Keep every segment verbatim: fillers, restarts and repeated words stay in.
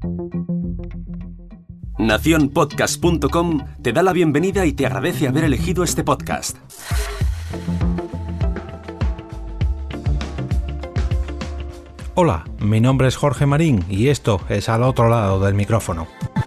nación podcast punto com te da la bienvenida y te agradece haber elegido este podcast. Hola, mi nombre es Jorge Marín y esto es Al Otro Lado del Micrófono.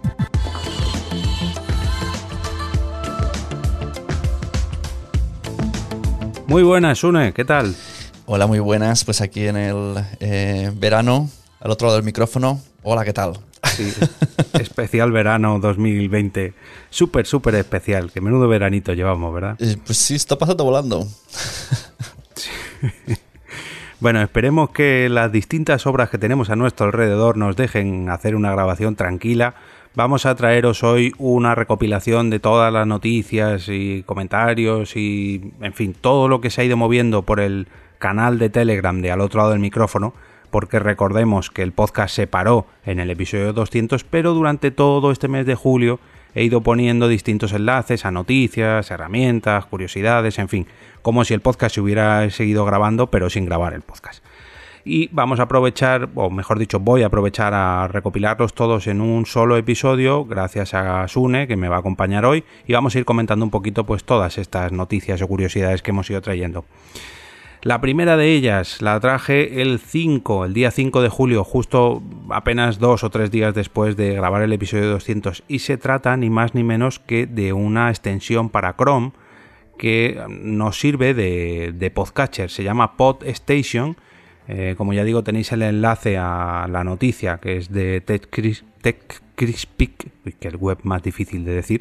Muy buenas, Sune, ¿qué tal? Hola, muy buenas, pues aquí en el eh, verano, al otro lado del micrófono. Hola, ¿qué tal? Sí, especial verano dos mil veinte, súper, súper especial, que menudo veranito llevamos, ¿verdad? Eh, pues sí, está pasando volando. Sí. Bueno, esperemos que las distintas obras que tenemos a nuestro alrededor nos dejen hacer una grabación tranquila. Vamos a traeros hoy una recopilación de todas las noticias y comentarios y, en fin, todo lo que se ha ido moviendo por el canal de Telegram de Al Otro Lado del Micrófono, porque recordemos que el podcast se paró en el episodio doscientos, pero durante todo este mes de julio he ido poniendo distintos enlaces a noticias, herramientas, curiosidades, en fin, como si el podcast se hubiera seguido grabando, pero sin grabar el podcast. Y vamos a aprovechar, o mejor dicho, voy a aprovechar a recopilarlos todos en un solo episodio, gracias a Sune, que me va a acompañar hoy, y vamos a ir comentando un poquito pues todas estas noticias o curiosidades que hemos ido trayendo. La primera de ellas la traje el cinco, el día cinco de julio, justo apenas dos o tres días después de grabar el episodio doscientos, y se trata ni más ni menos que de una extensión para Chrome que nos sirve de, de podcatcher, se llama PodStation. Eh, como ya digo, tenéis el enlace a la noticia, que es de TechCrispic, que es el web más difícil de decir.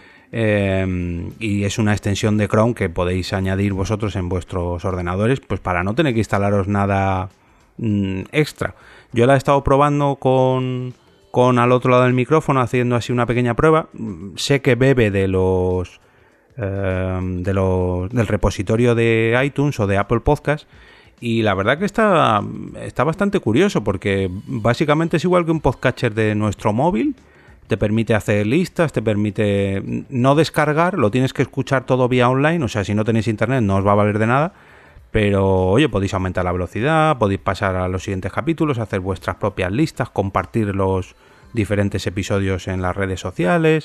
Eh, y es una extensión de Chrome que podéis añadir vosotros en vuestros ordenadores, pues para no tener que instalaros nada mm, extra. Yo la he estado probando con, con Al Otro Lado del Micrófono, haciendo así una pequeña prueba. Sé que bebe de los, eh, de los del repositorio de iTunes o de Apple Podcast, y la verdad que está, está bastante curioso, porque básicamente es igual que un podcatcher de nuestro móvil. Te permite hacer listas, te permite no descargar, lo tienes que escuchar todo vía online, o sea, si no tenéis internet no os va a valer de nada, pero oye, podéis aumentar la velocidad, podéis pasar a los siguientes capítulos, hacer vuestras propias listas, compartir los diferentes episodios en las redes sociales,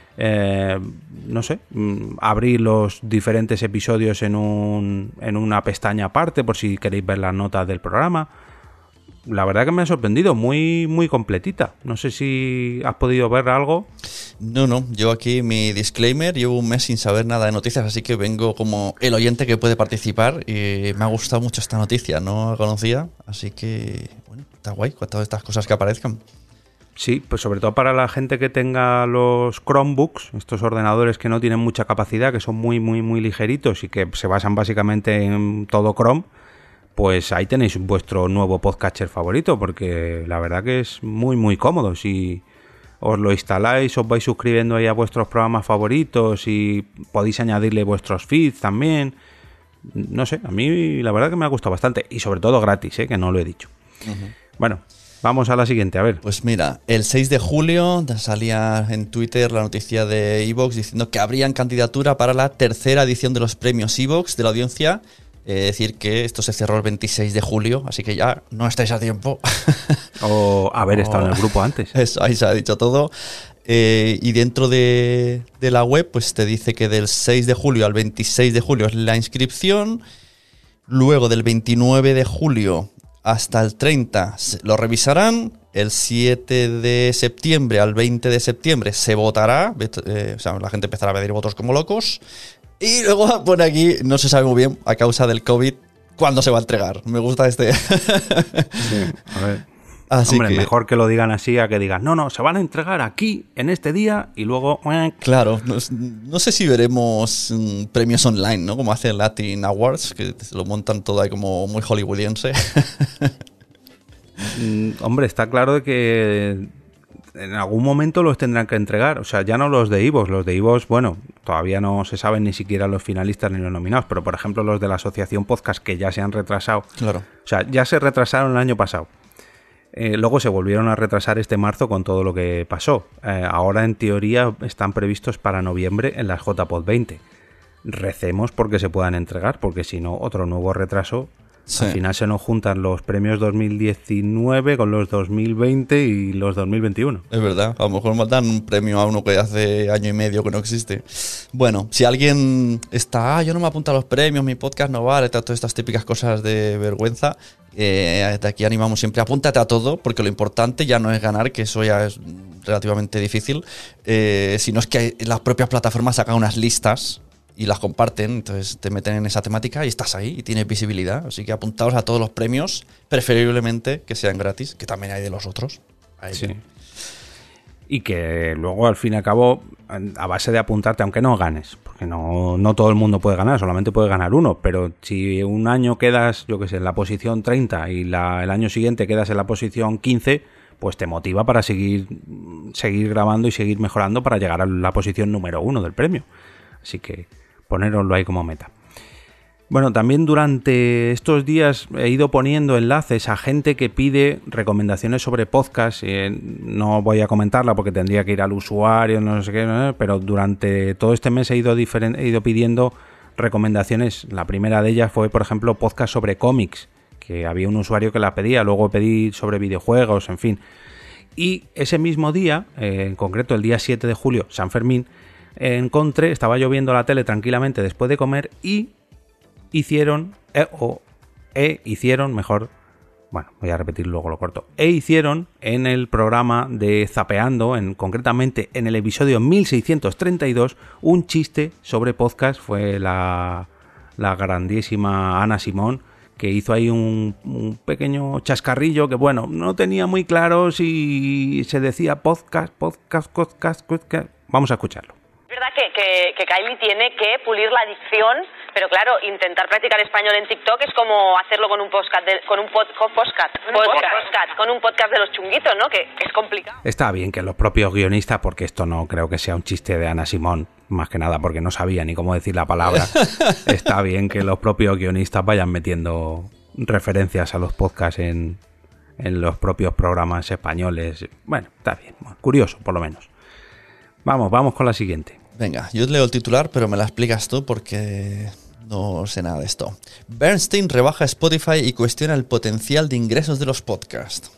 eh, no sé, abrir los diferentes episodios en, un, en una pestaña aparte por si queréis ver las notas del programa. La verdad que me ha sorprendido, muy muy completita. No sé si has podido ver algo. No, no, yo aquí mi disclaimer, llevo un mes sin saber nada de noticias, así que vengo como el oyente que puede participar y me ha gustado mucho esta noticia, no la conocía, así que bueno, está guay con todas estas cosas que aparezcan. Sí, pues sobre todo para la gente que tenga los Chromebooks, estos ordenadores que no tienen mucha capacidad, que son muy muy muy ligeritos y que se basan básicamente en todo Chrome. Pues ahí tenéis vuestro nuevo podcatcher favorito, porque la verdad que es muy muy cómodo. Si os lo instaláis, os vais suscribiendo ahí a vuestros programas favoritos y podéis añadirle vuestros feeds también. No sé, a mí la verdad que me ha gustado bastante, y sobre todo gratis, ¿eh? Que no lo he dicho. Uh-huh. Bueno, vamos a la siguiente, a ver. Pues mira, el seis de julio salía en Twitter la noticia de iVoox diciendo que habrían candidatura para la tercera edición de los premios iVoox de la audiencia. Es eh, decir, que esto se cerró el veintiséis de julio, así que ya no estáis a tiempo. O haber estado oh, en el grupo antes. Eso, ahí se ha dicho todo. Eh, y dentro de, de la web, pues te dice que del seis de julio al veintiséis de julio es la inscripción. Luego del veintinueve de julio hasta el treinta lo revisarán. El siete de septiembre al veinte de septiembre se votará. Eh, o sea, la gente empezará a pedir votos como locos. Y luego pone aquí, no se sabe muy bien, a causa del COVID, cuándo se va a entregar. Me gusta este. Sí, a ver. Así Hombre, que, mejor que lo digan así a que digan, no, no, se van a entregar aquí, en este día, y luego... Claro, no, no sé si veremos mm, premios online, ¿no? Como hace el Latin Awards, que se lo montan todo ahí como muy hollywoodiense. mm, hombre, está claro de que en algún momento los tendrán que entregar. O sea, ya no los de iVoox. Los de iVoox, bueno, todavía no se saben ni siquiera los finalistas ni los nominados, pero por ejemplo los de la Asociación Podcast, que ya se han retrasado. Claro. O sea, ya se retrasaron el año pasado. Eh, luego se volvieron a retrasar este marzo con todo lo que pasó. Eh, ahora, en teoría, están previstos para noviembre en las J P O D veinte. Recemos porque se puedan entregar, porque si no, otro nuevo retraso Sí. Al final se nos juntan los premios dos mil diecinueve con los dos mil veinte y los dos mil veintiuno. Es verdad, a lo mejor nos dan un premio a uno que hace año y medio que no existe. Bueno, si alguien está, ah, yo no me apunto a los premios, mi podcast no vale, todas estas típicas cosas de vergüenza, eh, de aquí animamos siempre, apúntate a todo, porque lo importante ya no es ganar, que eso ya es relativamente difícil, eh, sino es que las propias plataformas sacan unas listas y las comparten, entonces te meten en esa temática y estás ahí y tienes visibilidad. Así que apuntaos a todos los premios, preferiblemente que sean gratis, que también hay de los otros. Ahí sí. Y que luego, al fin y al cabo, a base de apuntarte, aunque no ganes, porque no, no todo el mundo puede ganar, solamente puede ganar uno, pero si un año quedas, yo qué sé, en la posición treinta y la, el año siguiente quedas en la posición quince, pues te motiva para seguir, seguir grabando y seguir mejorando para llegar a la posición número uno del premio. Así que ponéroslo ahí como meta. Bueno, también durante estos días he ido poniendo enlaces a gente que pide recomendaciones sobre podcast. Eh, no voy a comentarla porque tendría que ir al usuario, no sé qué, ¿no? Pero durante todo este mes he ido, diferen- he ido pidiendo recomendaciones. La primera de ellas fue, por ejemplo, podcast sobre cómics, que había un usuario que la pedía. Luego pedí sobre videojuegos, en fin. Y ese mismo día, eh, en concreto el día siete de julio, San Fermín, encontré, estaba yo viendo la tele tranquilamente después de comer y hicieron, eh, o e hicieron, mejor, bueno, voy a repetir luego lo corto, e hicieron en el programa de Zapeando, en, concretamente en el episodio mil seiscientos treinta y dos, un chiste sobre podcast. Fue la, la grandísima Ana Simón, que hizo ahí un, un pequeño chascarrillo que, bueno, no tenía muy claro si se decía podcast, podcast, podcast, podcast. Vamos a escucharlo. Es verdad que, que, que Kylie tiene que pulir la dicción, pero claro, intentar practicar español en TikTok es como hacerlo con un podcast, de, con un pod, con podcast, podcast, podcast, con un podcast de los chunguitos, ¿no? Que es complicado. Está bien que los propios guionistas, porque esto no creo que sea un chiste de Ana Simón, más que nada porque no sabía ni cómo decir la palabra, está bien que los propios guionistas vayan metiendo referencias a los podcasts en, en los propios programas españoles. Bueno, está bien, curioso por lo menos. Vamos, vamos con la siguiente. Venga, yo leo el titular, pero me la explicas tú porque no sé nada de esto. Bernstein rebaja Spotify y cuestiona el potencial de ingresos de los podcasts.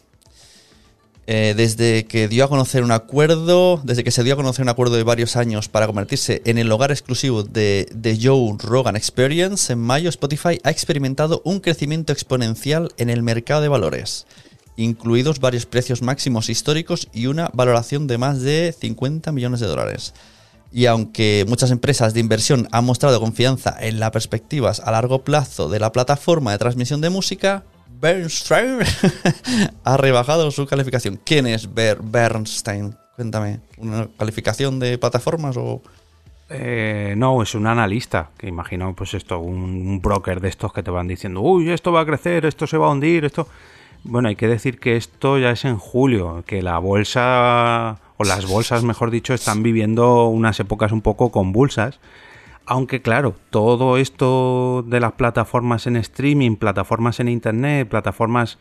Eh, desde que dio a conocer un acuerdo, desde que se dio a conocer un acuerdo de varios años para convertirse en el hogar exclusivo de The Joe Rogan Experience, en mayo Spotify ha experimentado un crecimiento exponencial en el mercado de valores, incluidos varios precios máximos históricos y una valoración de más de cincuenta millones de dólares. Y aunque muchas empresas de inversión han mostrado confianza en las perspectivas a largo plazo de la plataforma de transmisión de música, Bernstein ha rebajado su calificación. ¿Quién es Ber- Bernstein? Cuéntame, ¿una calificación de plataformas o...? Eh, no, es un analista, que imagino pues esto, un, un broker de estos que te van diciendo, uy, esto va a crecer, esto se va a hundir, esto... Bueno, hay que decir que esto ya es en julio, que la bolsa, o las bolsas mejor dicho, están viviendo unas épocas un poco convulsas, aunque claro, todo esto de las plataformas en streaming, plataformas en internet, plataformas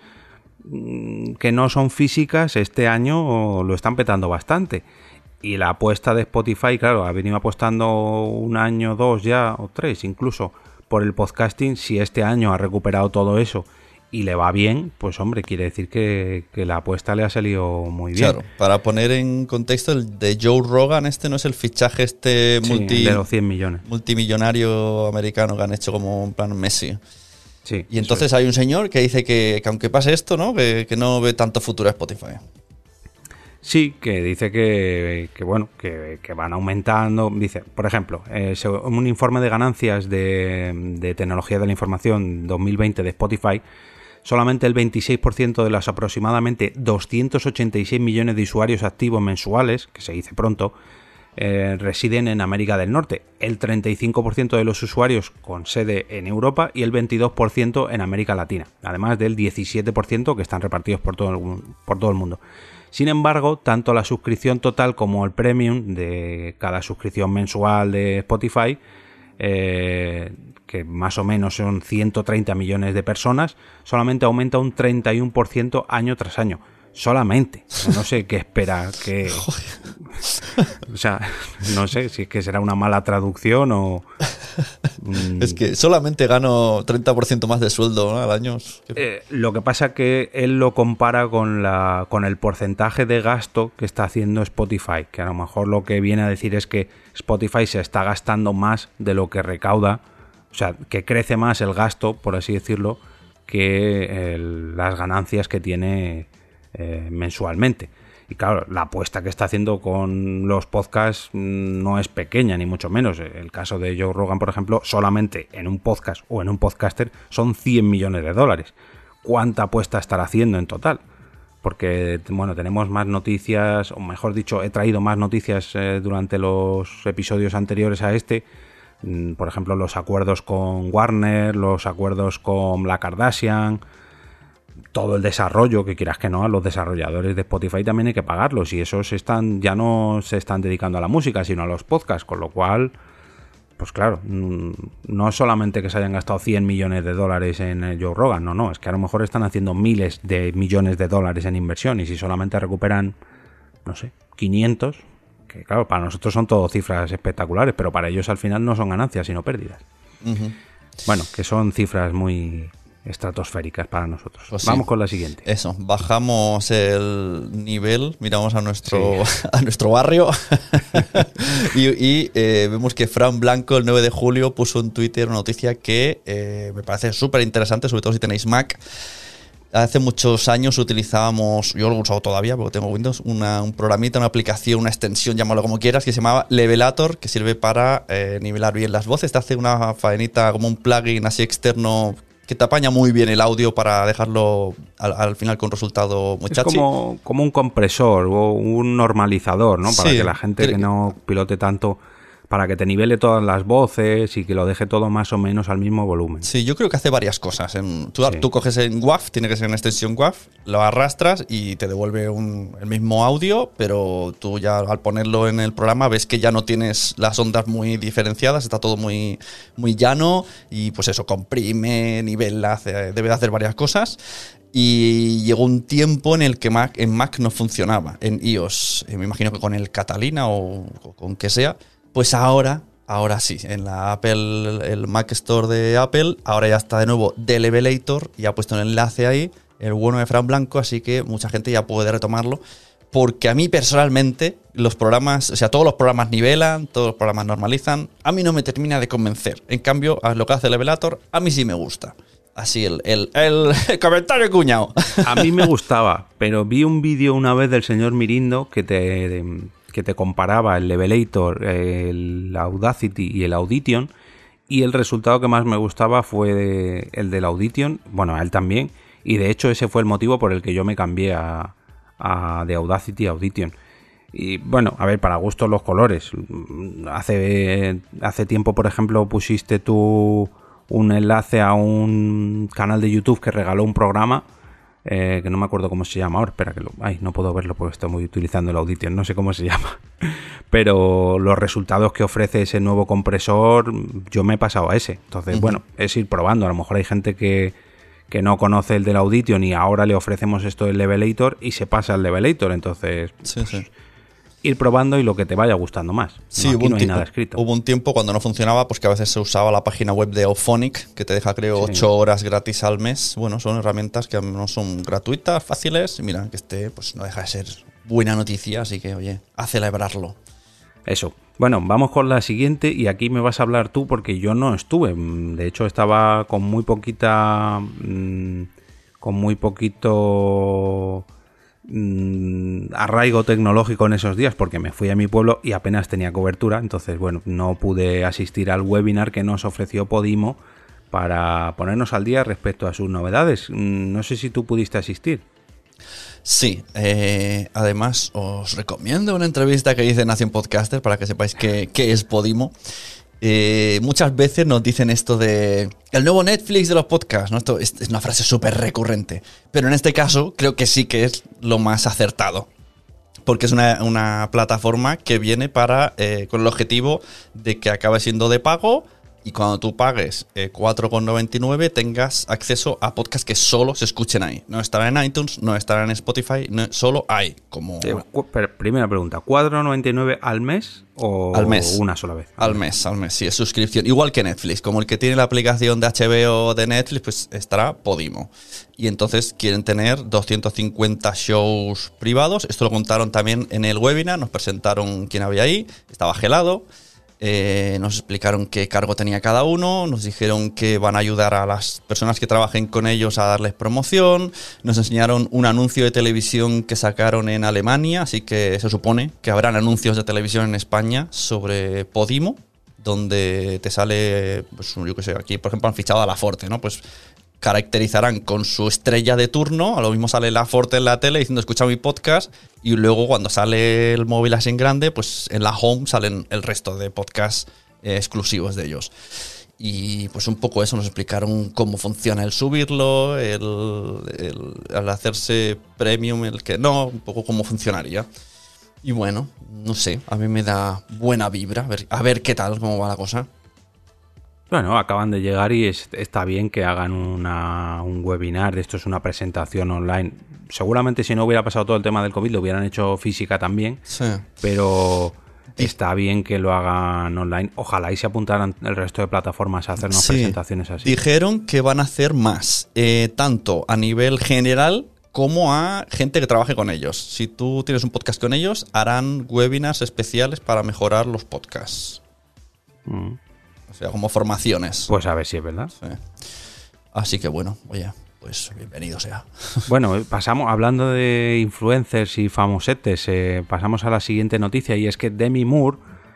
que no son físicas, este año lo están petando bastante. Y la apuesta de Spotify, claro, ha venido apostando un año, dos ya, o tres incluso, por el podcasting. Si este año ha recuperado todo eso y le va bien, pues hombre, quiere decir que, que la apuesta le ha salido muy bien. Claro, para poner en contexto, el de Joe Rogan, este no es el fichaje este sí, multi, de los cien millones. multimillonario americano que han hecho como en plan Messi. Sí, y entonces hay un señor que dice que, que aunque pase esto, ¿no? Que, que no ve tanto futuro a Spotify. Sí, que dice que, que bueno, que, que van aumentando. Dice, por ejemplo, eh, un informe de ganancias de, de tecnología de la información dos mil veinte de Spotify, solamente el veintiséis por ciento de los aproximadamente doscientos ochenta y seis millones de usuarios activos mensuales, que se dice pronto, eh, residen en América del Norte, el treinta y cinco por ciento de los usuarios con sede en Europa y el veintidós por ciento en América Latina, además del diecisiete por ciento que están repartidos por todo el, por todo el mundo. Sin embargo, tanto la suscripción total como el premium de cada suscripción mensual de Spotify, eh, que más o menos son ciento treinta millones de personas, solamente aumenta un treinta y uno por ciento año tras año. Solamente. No sé qué espera que... O sea, no sé si es que será una mala traducción o... Mm, Es que solamente gano treinta por ciento más de sueldo, ¿no? Al año. eh, lo que pasa que él lo compara con, la, con el porcentaje de gasto que está haciendo Spotify, que a lo mejor lo que viene a decir es que Spotify se está gastando más de lo que recauda, o sea, que crece más el gasto, por así decirlo, que el, las ganancias que tiene eh, mensualmente. Y claro, la apuesta que está haciendo con los podcasts no es pequeña, ni mucho menos. El caso de Joe Rogan, por ejemplo, solamente en un podcast o en un podcaster son cien millones de dólares. ¿Cuánta apuesta estará haciendo en total? Porque, bueno, tenemos más noticias, o mejor dicho, he traído más noticias eh, durante los episodios anteriores a este. Por ejemplo, los acuerdos con Warner, los acuerdos con la Kardashian, todo el desarrollo, que quieras que no, a los desarrolladores de Spotify también hay que pagarlos, y esos están, ya no se están dedicando a la música, sino a los podcasts, con lo cual, pues claro, no solamente que se hayan gastado cien millones de dólares en Joe Rogan, no, no, es que a lo mejor están haciendo miles de millones de dólares en inversión, y si solamente recuperan, no sé, quinientos, que claro, para nosotros son todo cifras espectaculares, pero para ellos al final no son ganancias, sino pérdidas. Uh-huh. Bueno, que son cifras muy estratosféricas para nosotros. Pues vamos sí. con la siguiente. Eso, bajamos el nivel, miramos a nuestro, sí. a nuestro barrio y, y eh, vemos que Fran Blanco el nueve de julio puso en Twitter una noticia que eh, me parece súper interesante, sobre todo si tenéis Mac. Hace muchos años utilizábamos, yo lo he usado todavía porque tengo Windows, una, un programita, una aplicación, una extensión, llámalo como quieras, que se llamaba Levelator, que sirve para eh, nivelar bien las voces. Te hace una faenita como un plugin así externo que te apaña muy bien el audio para dejarlo al, al final con resultado muy chachi. Es como, como un compresor o un normalizador, ¿no? Para sí, que la gente que no pilote tanto, para que te nivele todas las voces y que lo deje todo más o menos al mismo volumen. Sí, yo creo que hace varias cosas. En, tú, sí. tú coges en W A V, tiene que ser una extensión W A V, lo arrastras y te devuelve un, el mismo audio, pero tú ya al ponerlo en el programa ves que ya no tienes las ondas muy diferenciadas, está todo muy, muy llano y pues eso, comprime, nivela, hace, debe de hacer varias cosas. Y llegó un tiempo en el que Mac, en Mac no funcionaba, en iOS, me imagino que con el Catalina o, o con que sea. Pues ahora, ahora sí, en la Apple, el Mac Store de Apple, ahora ya está de nuevo The Levelator y ha puesto un enlace ahí, el bueno de Fran Blanco, así que mucha gente ya puede retomarlo, porque a mí personalmente los programas, o sea, todos los programas nivelan, todos los programas normalizan, a mí no me termina de convencer. En cambio, lo que hace Levelator, a mí sí me gusta. Así el, el, el, el comentario cuñado. A mí me gustaba, pero vi un vídeo una vez del señor Mirindo que te... De, que te comparaba el Levelator, el Audacity y el Audition, y el resultado que más me gustaba fue de, el del Audition, bueno, a él también, y de hecho ese fue el motivo por el que yo me cambié a, a de Audacity a Audition. Y bueno, a ver, para gusto los colores. Hace, hace tiempo, por ejemplo, pusiste tú un enlace a un canal de YouTube que regaló un programa, Eh, que no me acuerdo cómo se llama ahora, espera que lo... Ay, no puedo verlo porque estoy utilizando el Audition, no sé cómo se llama. Pero los resultados que ofrece ese nuevo compresor, yo me he pasado a ese. Entonces, uh-huh. bueno, es ir probando. A lo mejor hay gente que, que no conoce el del Audition y ahora le ofrecemos esto del Levelator y se pasa al Levelator. Entonces, sí, pues, sí. ir probando y lo que te vaya gustando más. Sí, no, hubo, un no hay tiempo, nada escrito. hubo un tiempo cuando no funcionaba, pues que a veces se usaba la página web de Auphonic, que te deja, creo, ocho sí. horas gratis al mes. Bueno, son herramientas que no son gratuitas, fáciles. Y mira, que este pues no deja de ser buena noticia, así que, oye, a celebrarlo. Eso. Bueno, vamos con la siguiente y aquí me vas a hablar tú porque yo no estuve. De hecho, estaba con muy poquita... Mmm, con muy poquito... arraigo tecnológico en esos días porque me fui a mi pueblo y apenas tenía cobertura, entonces bueno, no pude asistir al webinar que nos ofreció Podimo para ponernos al día respecto a sus novedades. No sé si tú pudiste asistir. Sí, eh, además os recomiendo una entrevista que hice en Nación Podcaster para que sepáis qué, qué es Podimo. Eh, muchas veces nos dicen esto de el nuevo Netflix de los podcasts, ¿no? Esto es, es una frase súper recurrente, pero en este caso creo que sí que es lo más acertado, porque es una, una plataforma que viene para eh, con el objetivo de que acabe siendo de pago y cuando tú pagues eh, cuatro con noventa y nueve tengas acceso a podcasts que solo se escuchen ahí. No estarán en iTunes, no estarán en Spotify, no, solo hay. Como... Eh, cu- pero, primera pregunta, ¿cuatro con noventa y nueve al mes o al mes. una sola vez? Al mes, al mes, sí, es suscripción. Igual que Netflix, como el que tiene la aplicación de H B O de Netflix, pues estará Podimo. Y entonces quieren tener doscientos cincuenta shows privados. Esto lo contaron también en el webinar, nos presentaron quién había ahí, estaba Gelado. Eh, nos explicaron qué cargo tenía cada uno, nos dijeron que van a ayudar a las personas que trabajen con ellos a darles promoción, nos enseñaron un anuncio de televisión que sacaron en Alemania, así que se supone que habrán anuncios de televisión en España sobre Podimo, donde te sale, pues yo qué sé, aquí por ejemplo han fichado a Laforte, ¿no? Pues caracterizarán con su estrella de turno, a lo mismo sale Laforte en la tele diciendo escucha mi podcast y luego cuando sale el móvil así en grande, pues en la home salen el resto de podcasts eh, exclusivos de ellos. Y pues un poco eso, nos explicaron cómo funciona el subirlo, el, el, el hacerse premium, el que no, un poco cómo funcionaría. Y bueno, no sé, a mí me da buena vibra, a ver, a ver qué tal, cómo va la cosa. Bueno, acaban de llegar y es, está bien que hagan una, un webinar. Esto es una presentación online. Seguramente si no hubiera pasado todo el tema del COVID lo hubieran hecho física también. Sí. Pero está bien que lo hagan online. Ojalá y se apuntaran el resto de plataformas a hacer unas sí. presentaciones así. Dijeron que van a hacer más, eh, tanto a nivel general como a gente que trabaje con ellos. Si tú tienes un podcast con ellos, harán webinars especiales para mejorar los podcasts. Mm. O sea, como formaciones. Pues a ver si es verdad. Sí. Así que bueno, oye, pues bienvenido sea. Bueno, pasamos, hablando de influencers y famosetes, eh, pasamos a la siguiente noticia y es que Demi Moore,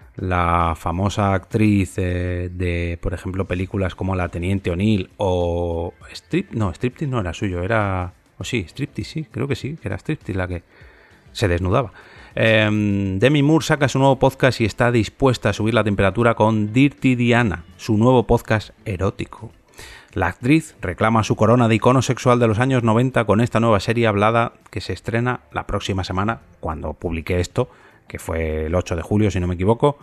la famosa actriz eh, de, por ejemplo, películas como La Teniente O'Neill o Strip, no, Striptease no era suyo, era, o sí, Striptease, sí, creo que sí, que era Striptease la que se desnudaba. Eh, Demi Moore saca su nuevo podcast y está dispuesta a subir la temperatura con Dirty Diana, su nuevo podcast erótico. La actriz reclama su corona de icono sexual de los años noventa con esta nueva serie hablada que se estrena la próxima semana, cuando publiqué esto, que fue el ocho de julio si no me equivoco,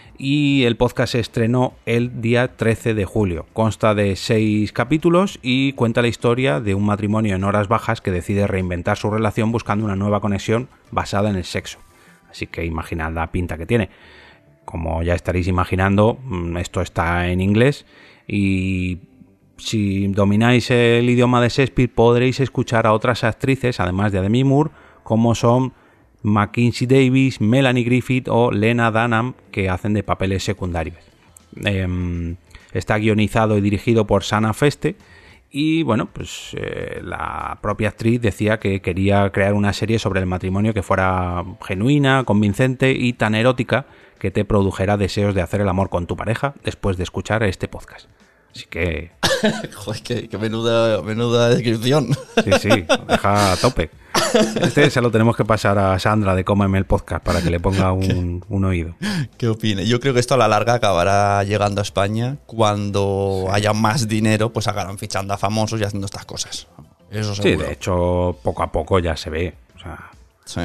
y el podcast se estrenó el día trece de julio. Consta de seis capítulos y cuenta la historia de un matrimonio en horas bajas que decide reinventar su relación buscando una nueva conexión basada en el sexo. Así que imaginad la pinta que tiene. Como ya estaréis imaginando, esto está en inglés y si domináis el idioma de Shakespeare podréis escuchar a otras actrices, además de Demi Moore, como son Mackenzie Davis, Melanie Griffith o Lena Dunham, que hacen de papeles secundarios. Eh, está guionizado y dirigido por Sana Feste y bueno, pues eh, la propia actriz decía que quería crear una serie sobre el matrimonio que fuera genuina, convincente y tan erótica que te produjera deseos de hacer el amor con tu pareja después de escuchar este podcast. Así que... Joder, que, que menuda, menuda descripción. Sí, sí, deja a tope. Este se lo tenemos que pasar a Sandra de Cómeme el Podcast para que le ponga un, un oído. ¿Qué opine? Yo creo que esto a la larga acabará llegando a España. Cuando sí. haya más dinero, pues acabarán fichando a famosos y haciendo estas cosas. Eso seguro. Sí, de hecho, poco a poco ya se ve. O sea, sí.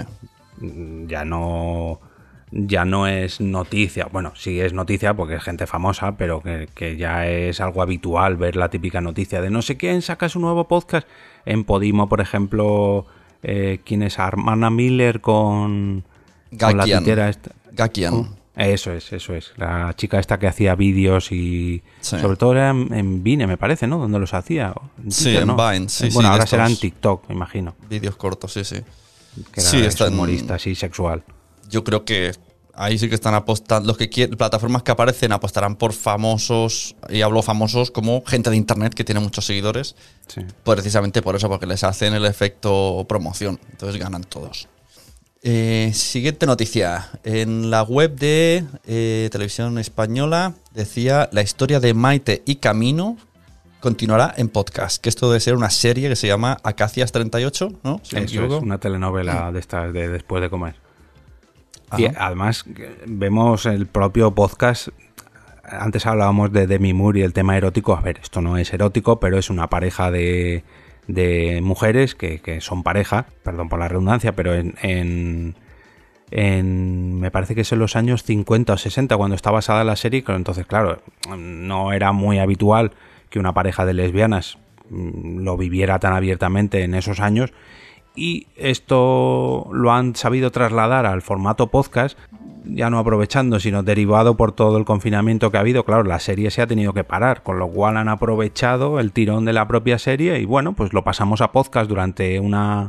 ya no... ya no es noticia, bueno, sí es noticia porque es gente famosa, pero que, que ya es algo habitual ver la típica noticia de no sé quién saca su nuevo podcast. En Podimo, por ejemplo, eh, ¿quién es? Armana Miller con, con la titera esta. Gakian. Oh, eso es, eso es. La chica esta que hacía vídeos y sí. sobre todo era en, en Vine, me parece, ¿no? Donde los hacía. En sí, Twitter, en ¿no? Vine. Sí, bueno, sí, ahora será en TikTok, me imagino. Vídeos cortos, sí, sí. Que era sí, está humorista, así, sexual. Yo creo que ahí sí que están apostando, los que quieren, plataformas que aparecen apostarán por famosos, y hablo famosos como gente de internet que tiene muchos seguidores, sí. precisamente por eso, porque les hacen el efecto promoción, entonces ganan todos. Eh, siguiente noticia, en la web de eh, Televisión Española decía la historia de Maite y Camino continuará en podcast, que esto debe ser una serie que se llama Acacias treinta y ocho, ¿no? Si eso es, una telenovela de estas de después de comer. Ajá. Y además vemos el propio podcast. Antes hablábamos de Demi Moore y el tema erótico. A ver, esto no es erótico, pero es una pareja de, de mujeres que, que son pareja, perdón por la redundancia, pero en, en, en, me parece que es en los años cincuenta o sesenta, cuando está basada la serie. Entonces, claro, no era muy habitual que una pareja de lesbianas lo viviera tan abiertamente en esos años, y esto lo han sabido trasladar al formato podcast, ya no aprovechando, sino derivado por todo el confinamiento que ha habido. Claro, la serie se ha tenido que parar, con lo cual han aprovechado el tirón de la propia serie y bueno, pues lo pasamos a podcast durante una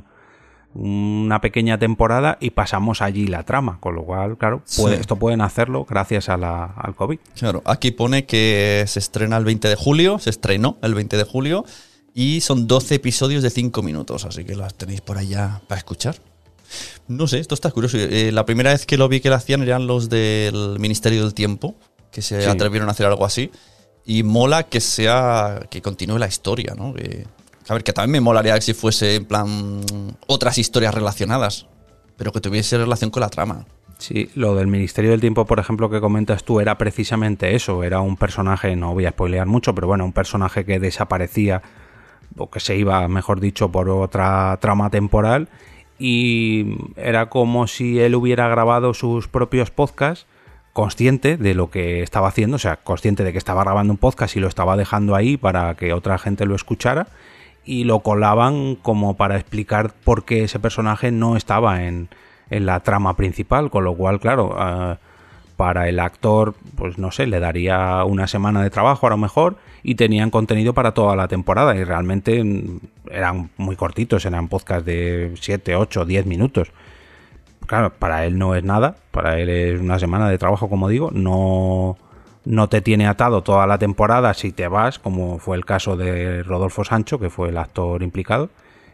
una pequeña temporada y pasamos allí la trama, con lo cual, claro, puede, sí. esto pueden hacerlo gracias a la, al COVID. Claro, aquí pone que se estrena el veinte de julio, se estrenó el veinte de julio y son doce episodios de cinco minutos, así que las tenéis por allá para escuchar. No sé, esto está curioso. Eh, la primera vez que lo vi que lo hacían eran los del Ministerio del Tiempo, que se sí. atrevieron a hacer algo así, y mola que sea, que continúe la historia, ¿no? Que, a ver, que también me molaría si fuese en plan otras historias relacionadas, pero que tuviese relación con la trama. Sí, lo del Ministerio del Tiempo, por ejemplo, que comentas tú, era precisamente eso. Era un personaje, no voy a spoilear mucho, pero bueno, un personaje que desaparecía, o que se iba, mejor dicho, por otra trama temporal, y era como si él hubiera grabado sus propios podcasts, consciente de lo que estaba haciendo, o sea, consciente de que estaba grabando un podcast y lo estaba dejando ahí para que otra gente lo escuchara, y lo colaban como para explicar por qué ese personaje no estaba en, en la trama principal, con lo cual, claro, uh, para el actor, pues no sé, le daría una semana de trabajo a lo mejor, y tenían contenido para toda la temporada, y realmente eran muy cortitos, eran podcasts de siete, ocho, diez minutos. Claro, para él no es nada, para él es una semana de trabajo, como digo, no... no te tiene atado toda la temporada si te vas, como fue el caso de Rodolfo Sancho, que fue el actor implicado,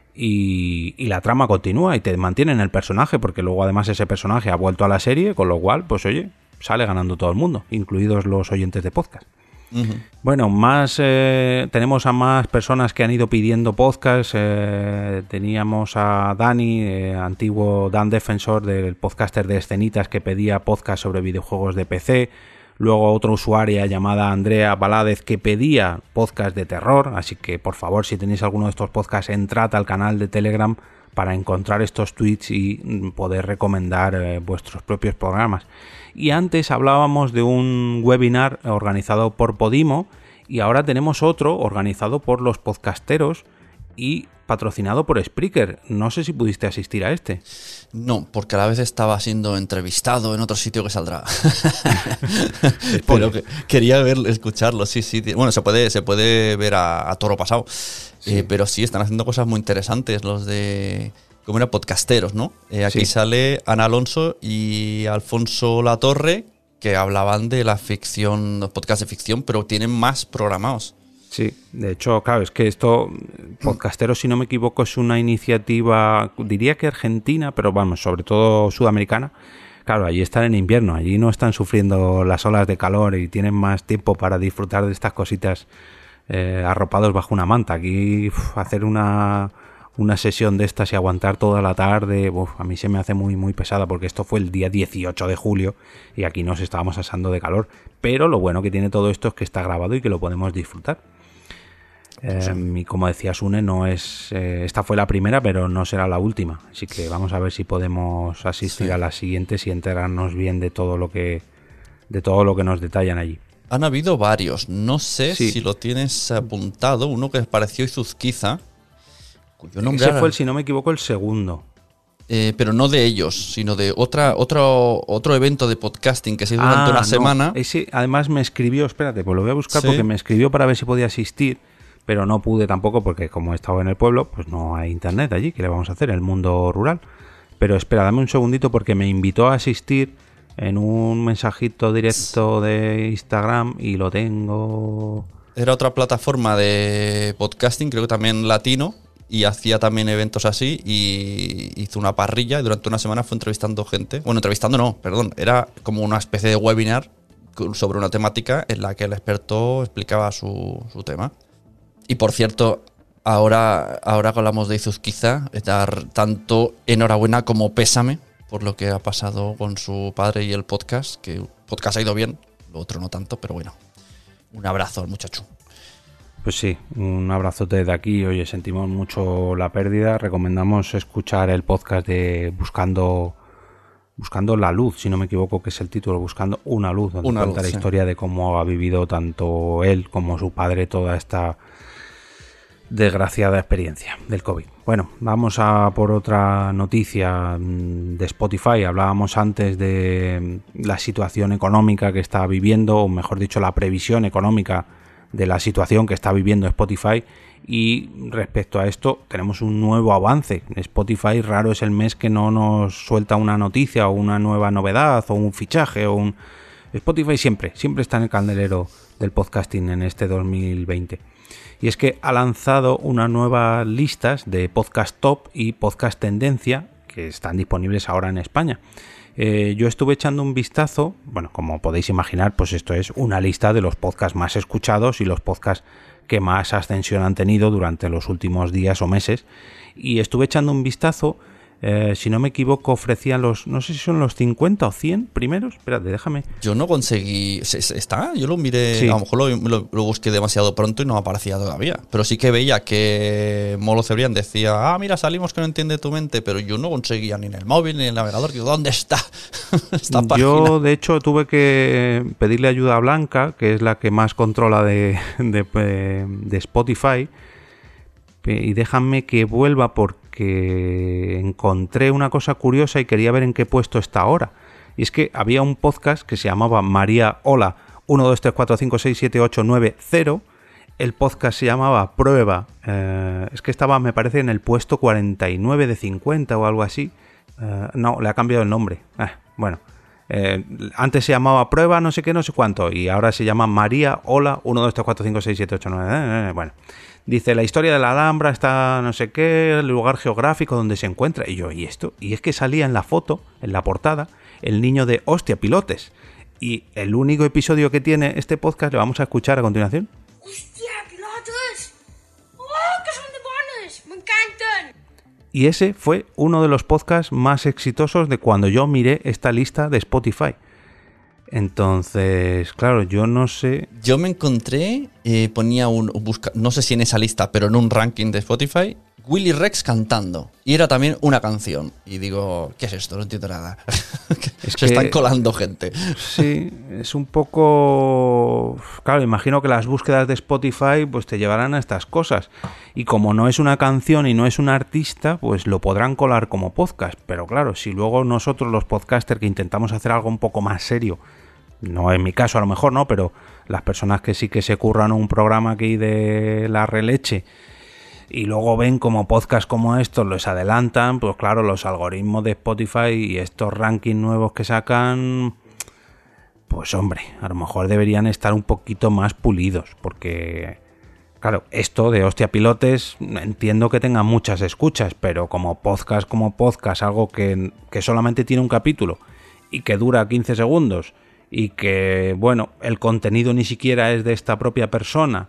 y, y la trama continúa y te mantiene en el personaje, porque luego además ese personaje ha vuelto a la serie, con lo cual, pues oye, sale ganando todo el mundo, incluidos los oyentes de podcast. Uh-huh. Bueno, más eh, tenemos a más personas que han ido pidiendo podcast. Eh, teníamos a Dani, eh, antiguo Dan Defensor, del podcaster de Escenitas, que pedía podcast sobre videojuegos de P C. Luego otra usuaria llamada Andrea Baládez, que pedía podcast de terror. Así que por favor, si tenéis alguno de estos podcasts, entrad al canal de Telegram para encontrar estos tweets y poder recomendar eh, vuestros propios programas. Y antes hablábamos de un webinar organizado por Podimo, y ahora tenemos otro organizado por los podcasteros y patrocinado por Spreaker. No sé si pudiste asistir a este. No, porque a la vez estaba siendo entrevistado en otro sitio que saldrá. Pero que, quería ver, escucharlo, sí, sí. Bueno, se puede, se puede ver a, a toro pasado. Sí. Eh, pero sí, están haciendo cosas muy interesantes los de... como era podcasteros, ¿no? Eh, aquí sí. Sale Ana Alonso y Alfonso Latorre, que hablaban de la ficción, los podcasts de ficción, pero tienen más programados. Sí, de hecho, claro, es que esto, Podcasteros, si no me equivoco, es una iniciativa, diría que argentina, pero vamos, sobre todo sudamericana. Claro, allí están en invierno, allí no están sufriendo las olas de calor y tienen más tiempo para disfrutar de estas cositas eh, arropados bajo una manta. Aquí uf, hacer una... una sesión de estas y aguantar toda la tarde, uf, a mí se me hace muy muy pesada, porque esto fue el día dieciocho de julio y aquí nos estábamos asando de calor, pero lo bueno que tiene todo esto es que está grabado y que lo podemos disfrutar. Eh, y como decía Sune, no es eh, esta fue la primera, pero no será la última, así que vamos a ver si podemos asistir sí. a las siguientes y enterarnos bien de todo lo que de todo lo que nos detallan allí. Han habido varios, no sé sí. si lo tienes apuntado, uno que pareció Izuzquiza. Ese era... fue, el, si no me equivoco, el segundo. Eh, pero no de ellos, sino de otra, otro, otro evento de podcasting que se hizo durante ah, una no. semana. Ese además me escribió, espérate, pues lo voy a buscar, ¿sí? Porque me escribió para ver si podía asistir, pero no pude tampoco porque como he estado en el pueblo, pues no hay internet allí, ¿qué le vamos a hacer? El mundo rural. Pero espera, dame un segundito porque me invitó a asistir en un mensajito directo de Instagram y lo tengo... Era otra plataforma de podcasting, creo que también latino, y hacía también eventos así y hizo una parrilla y durante una semana fue entrevistando gente. Bueno, entrevistando no, perdón, era como una especie de webinar sobre una temática en la que el experto explicaba su, su tema. Y por cierto, ahora, ahora que hablamos de Izuzquiza, dar tanto enhorabuena como pésame por lo que ha pasado con su padre y el podcast, que el podcast ha ido bien, lo otro no tanto, pero bueno, un abrazo al muchacho. Pues sí, un abrazote de aquí. Oye, sentimos mucho la pérdida. Recomendamos escuchar el podcast de Buscando Buscando la luz, si no me equivoco, que es el título, Buscando una luz, donde una cuenta luz, la sí. historia de cómo ha vivido tanto él como su padre toda esta desgraciada experiencia del COVID. Bueno, vamos a por otra noticia de Spotify. Hablábamos antes de la situación económica que está viviendo, o mejor dicho, la previsión económica de la situación que está viviendo Spotify, y respecto a esto tenemos un nuevo avance. Spotify raro es el mes que no nos suelta una noticia o una nueva novedad o un fichaje o un... Spotify siempre, siempre está en el candelero del podcasting en este dos mil veinte. Y es que ha lanzado unas nuevas listas de podcast top y podcast tendencia que están disponibles ahora en España. Eh, yo estuve echando un vistazo, bueno, como podéis imaginar, pues esto es una lista de los podcasts más escuchados y los podcasts que más ascensión han tenido durante los últimos días o meses, y estuve echando un vistazo. Eh, si no me equivoco, ofrecían los, no sé si son los cincuenta o cien primeros. Espérate, déjame. Yo no conseguí... ¿Está? Yo lo miré... Sí. A lo mejor lo, lo, lo busqué demasiado pronto y no aparecía todavía. Pero sí que veía que Molo Cebrián decía, ah, mira, salimos que no entiende tu mente, pero yo no conseguía ni en el móvil ni en el navegador. Digo, ¿dónde está esta página? Yo, de hecho, tuve que pedirle ayuda a Blanca, que es la que más controla de, de, de Spotify, y déjame que vuelva porque encontré una cosa curiosa y quería ver en qué puesto está ahora. Y es que había un podcast que se llamaba María Hola uno, dos, tres, cuatro, cinco, seis, siete, ocho, nueve, cero. El podcast se llamaba Prueba. Eh, es que estaba, me parece, en el puesto cuarenta y nueve de cincuenta o algo así. Eh, no, le ha cambiado el nombre. Eh, bueno, eh, antes se llamaba Prueba no sé qué, no sé cuánto, y ahora se llama María Hola uno, dos, tres, cuatro, cinco, seis, siete, ocho, nueve. Eh, eh, bueno. Dice, la historia de la Alhambra está no sé qué, el lugar geográfico donde se encuentra. Y yo, ¿y esto? Y es que salía en la foto, en la portada, el niño de Hostia Pilotes. Y el único episodio que tiene este podcast le vamos a escuchar a continuación. ¡Hostia Pilotes! ¡Oh, que son de bonos! ¡Me encantan! Y ese fue uno de los podcasts más exitosos de cuando yo miré esta lista de Spotify. Entonces, claro, yo no sé... Yo me encontré, eh, ponía un... Busca, no sé si en esa lista, pero en un ranking de Spotify, Willy Rex cantando. Y era también una canción. Y digo, ¿qué es esto? No entiendo nada. Es Se que, están colando gente. Sí, es un poco... Claro, imagino que las búsquedas de Spotify pues te llevarán a estas cosas. Y como no es una canción y no es un artista, pues lo podrán colar como podcast. Pero claro, si luego nosotros los podcasters que intentamos hacer algo un poco más serio, no en mi caso a lo mejor, no, pero las personas que sí que se curran un programa aquí de la releche y luego ven como podcast como estos los adelantan, pues claro, los algoritmos de Spotify y estos rankings nuevos que sacan, pues hombre, a lo mejor deberían estar un poquito más pulidos, porque claro, esto de Hostia Pilotes entiendo que tenga muchas escuchas, pero como podcast, como podcast, algo que, que solamente tiene un capítulo y que dura quince segundos y que, bueno, el contenido ni siquiera es de esta propia persona.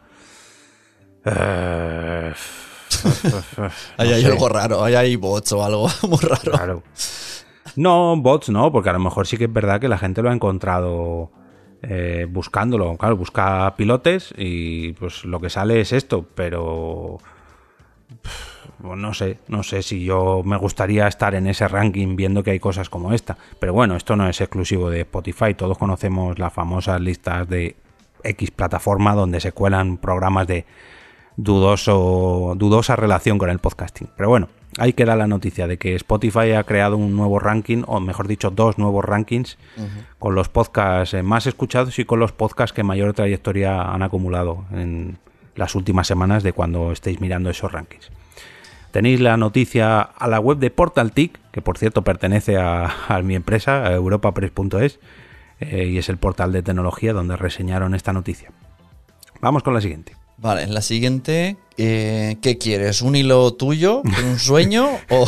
Eh... Ahí no hay sé. algo raro, ahí hay bots o algo muy raro. Claro. No, bots no, porque a lo mejor sí que es verdad que la gente lo ha encontrado eh, buscándolo. Claro, busca pilotes y pues lo que sale es esto, pero pff, no sé, no sé si yo me gustaría estar en ese ranking viendo que hay cosas como esta. Pero bueno, esto no es exclusivo de Spotify, todos conocemos las famosas listas de X plataforma donde se cuelan programas de dudoso, dudosa relación con el podcasting. Pero bueno, ahí queda la noticia de que Spotify ha creado un nuevo ranking, o mejor dicho, dos nuevos rankings, uh-huh, con los podcasts más escuchados y con los podcasts que mayor trayectoria han acumulado en las últimas semanas de cuando estéis mirando esos rankings. Tenéis la noticia a la web de PortalTic, que por cierto pertenece a, a mi empresa, a europapress punto es, eh, y es el portal de tecnología donde reseñaron esta noticia. Vamos con la siguiente. Vale, en la siguiente, eh, ¿qué quieres? ¿Un hilo tuyo? ¿Un sueño? ¿O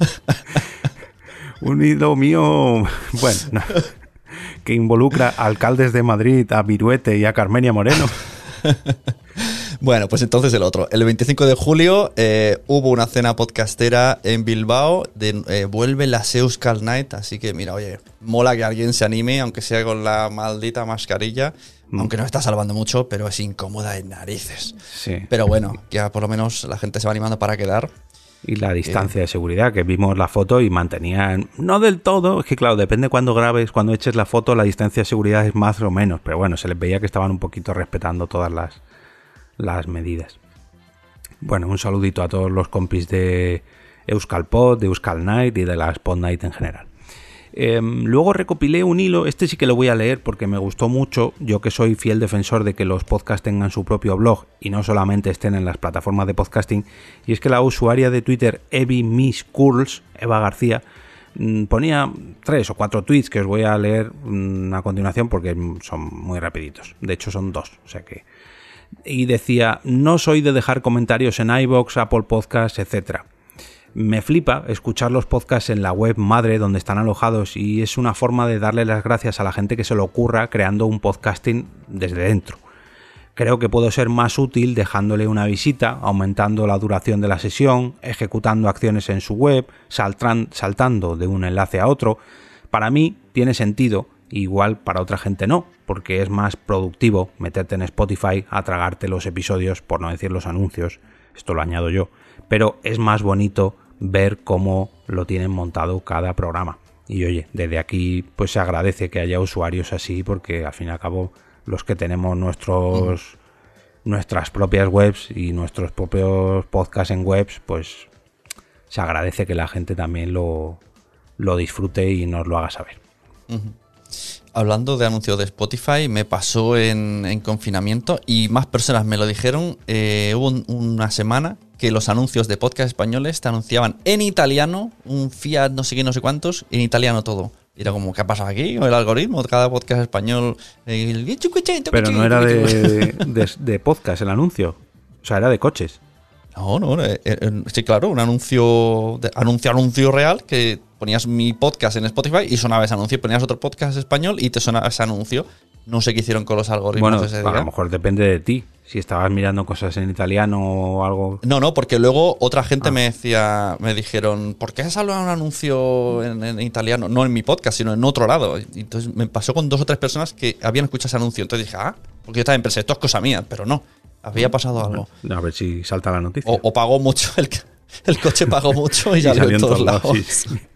un hilo mío, bueno, no, que involucra a alcaldes de Madrid, a Viruete y a Carmenia Moreno? Bueno, pues entonces el otro. El veinticinco de julio eh, hubo una cena podcastera en Bilbao. De, eh, vuelve la Euskal Night. Así que mira, oye, mola que alguien se anime, aunque sea con la maldita mascarilla. Mm. Aunque no está salvando mucho, pero es incómoda en narices. Sí. Pero bueno, ya por lo menos la gente se va animando para quedar. Y la distancia eh. de seguridad, que vimos la foto y mantenían, no del todo, es que claro, depende cuando grabes, cuando eches la foto, la distancia de seguridad es más o menos, pero bueno, se les veía que estaban un poquito respetando todas las, las medidas. Bueno, un saludito a todos los compis de Euskalpod, de Euskal Night y de las Pod Night en general. Eh, luego recopilé un hilo, este sí que lo voy a leer porque me gustó mucho, yo que soy fiel defensor de que los podcasts tengan su propio blog y no solamente estén en las plataformas de podcasting, y es que la usuaria de Twitter Evie Miss Curls, Eva García, ponía tres o cuatro tweets que os voy a leer a continuación porque son muy rapiditos, de hecho son dos, o sea que... Y decía, no soy de dejar comentarios en iVoox, Apple Podcasts, etcétera. Me flipa escuchar los podcasts en la web madre donde están alojados y es una forma de darle las gracias a la gente que se le ocurra creando un podcasting desde dentro. Creo que puedo ser más útil dejándole una visita, aumentando la duración de la sesión, ejecutando acciones en su web, saltran, saltando de un enlace a otro. Para mí tiene sentido, igual para otra gente no, porque es más productivo meterte en Spotify a tragarte los episodios, por no decir los anuncios, esto lo añado yo, pero es más bonito ver cómo lo tienen montado cada programa. Y oye, desde aquí pues se agradece que haya usuarios así, porque al fin y al cabo los que tenemos nuestros mm. nuestras propias webs y nuestros propios podcasts en webs, pues se agradece que la gente también lo, lo disfrute y nos lo haga saber. Uh-huh. Hablando de anuncios de Spotify, me pasó en, en confinamiento y más personas me lo dijeron. Eh, hubo un, una semana que los anuncios de podcast españoles te anunciaban en italiano, un Fiat no sé qué, no sé cuántos, en italiano todo. Y era como, ¿qué ha pasado aquí? El algoritmo, cada podcast español... El... Pero no era de, de, de podcast el anuncio, o sea, era de coches. No, no, eh, eh, sí, claro, un anuncio, de, anuncio, anuncio real, que ponías mi podcast en Spotify y sonaba ese anuncio, ponías otro podcast español y te sonaba ese anuncio. No sé qué hicieron con los algoritmos bueno, de ese a día. lo mejor depende de ti, si estabas mirando cosas en italiano o algo. No, no, porque luego otra gente ah. me decía, me dijeron, ¿por qué sale un anuncio en, en italiano? No en mi podcast, sino en otro lado. Y entonces me pasó con dos o tres personas que habían escuchado ese anuncio. Entonces dije, ah, porque yo también pensé, esto es cosa mía, pero no. Había pasado algo. A ver si salta la noticia. O, o pagó mucho, el, el coche pagó mucho y, y salió en todos lados. lados. Sí, sí.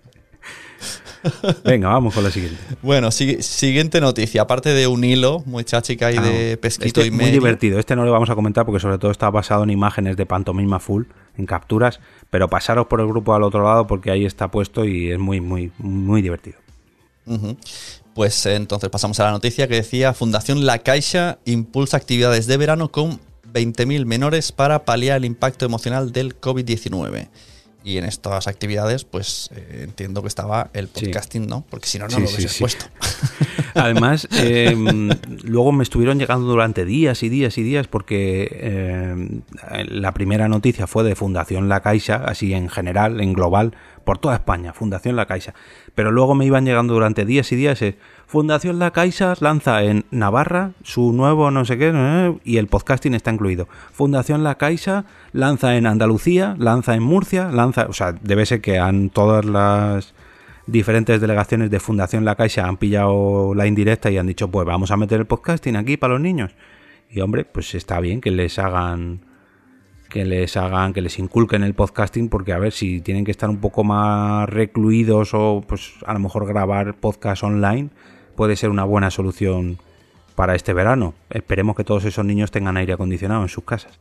Venga, vamos con la siguiente. Bueno, si, siguiente noticia. Aparte de un hilo muy chachica y ah, de pesquito este y medio. Muy divertido. Este no lo vamos a comentar porque sobre todo está basado en imágenes de pantomima full, en capturas. Pero pasaros por el grupo al otro lado porque ahí está puesto y es muy, muy, muy divertido. Uh-huh. Pues entonces pasamos a la noticia que decía: Fundación La Caixa impulsa actividades de verano con veinte mil menores para paliar el impacto emocional del covid diecinueve. Y en estas actividades, pues eh, entiendo que estaba el podcasting, sí. ¿no? Porque si no, no sí, lo hubiese sí, puesto. Sí. Además, eh, luego me estuvieron llegando durante días y días y días porque eh, la primera noticia fue de Fundación La Caixa, así en general, en global, por toda España, Fundación La Caixa. Pero luego me iban llegando durante días y días, eh, Fundación La Caixa lanza en Navarra su nuevo no sé qué, eh, y el podcasting está incluido. Fundación La Caixa lanza en Andalucía, lanza en Murcia, lanza... O sea, debe ser que han todas las diferentes delegaciones de Fundación La Caixa han pillado la indirecta y han dicho, pues vamos a meter el podcasting aquí para los niños. Y hombre, pues está bien que les hagan... que les hagan, que les inculquen el podcasting, porque a ver si tienen que estar un poco más recluidos o pues a lo mejor grabar podcast online puede ser una buena solución para este verano. Esperemos que todos esos niños tengan aire acondicionado en sus casas.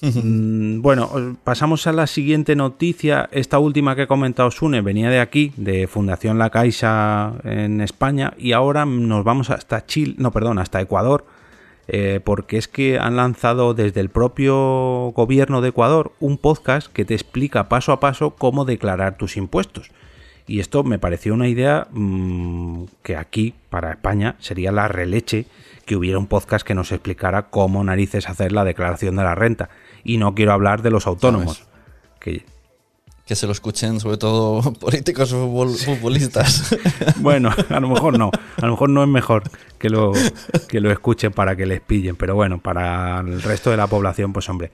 mm, bueno, pasamos a la siguiente noticia. Esta última que ha comentado Sune venía de aquí, de Fundación La Caixa en España, y ahora nos vamos hasta Chile, no, perdón, hasta Ecuador. Eh, porque es que han lanzado desde el propio gobierno de Ecuador un podcast que te explica paso a paso cómo declarar tus impuestos. Y esto me pareció una idea mmm, que aquí, para España, sería la releche que hubiera un podcast que nos explicara cómo narices hacer la declaración de la renta. Y no quiero hablar de los autónomos. Que... que se lo escuchen sobre todo políticos futbolistas. Bueno, a lo mejor no. A lo mejor no es mejor que lo, que lo escuchen para que les pillen. Pero bueno, para el resto de la población, pues hombre,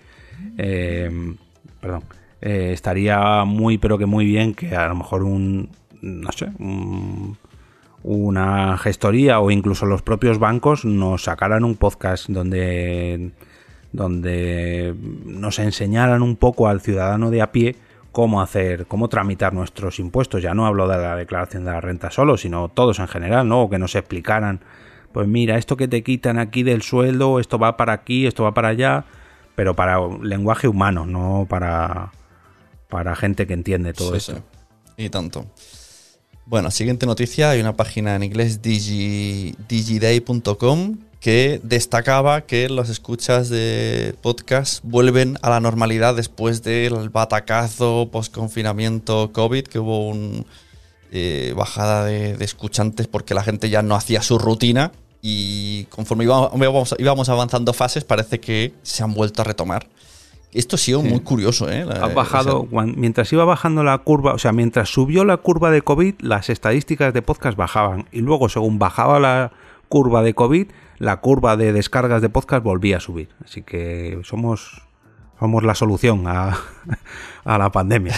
eh, perdón, eh, estaría muy, pero que muy bien que a lo mejor un, no sé, un, una gestoría o incluso los propios bancos nos sacaran un podcast donde, donde nos enseñaran un poco al ciudadano de a pie cómo hacer, cómo tramitar nuestros impuestos. Ya no hablo de la declaración de la renta solo, sino todos en general, ¿no? O que nos explicaran, pues mira, esto que te quitan aquí del sueldo, esto va para aquí, esto va para allá, pero para lenguaje humano, no para, para gente que entiende todo sí, esto. Sí. Y tanto. Bueno, siguiente noticia, hay una página en inglés, digi, digiday punto com, que destacaba que las escuchas de podcast vuelven a la normalidad después del batacazo post-confinamiento COVID, que hubo una eh, bajada de, de escuchantes porque la gente ya no hacía su rutina y conforme íbamos, íbamos avanzando fases parece que se han vuelto a retomar. Esto ha sido sí. muy curioso, ¿eh? La, ha bajado, esa... mientras iba bajando la curva, o sea, mientras subió la curva de COVID, las estadísticas de podcast bajaban y luego según bajaba la curva de COVID, la curva de descargas de podcast volvía a subir. Así que somos, somos la solución a, a la pandemia.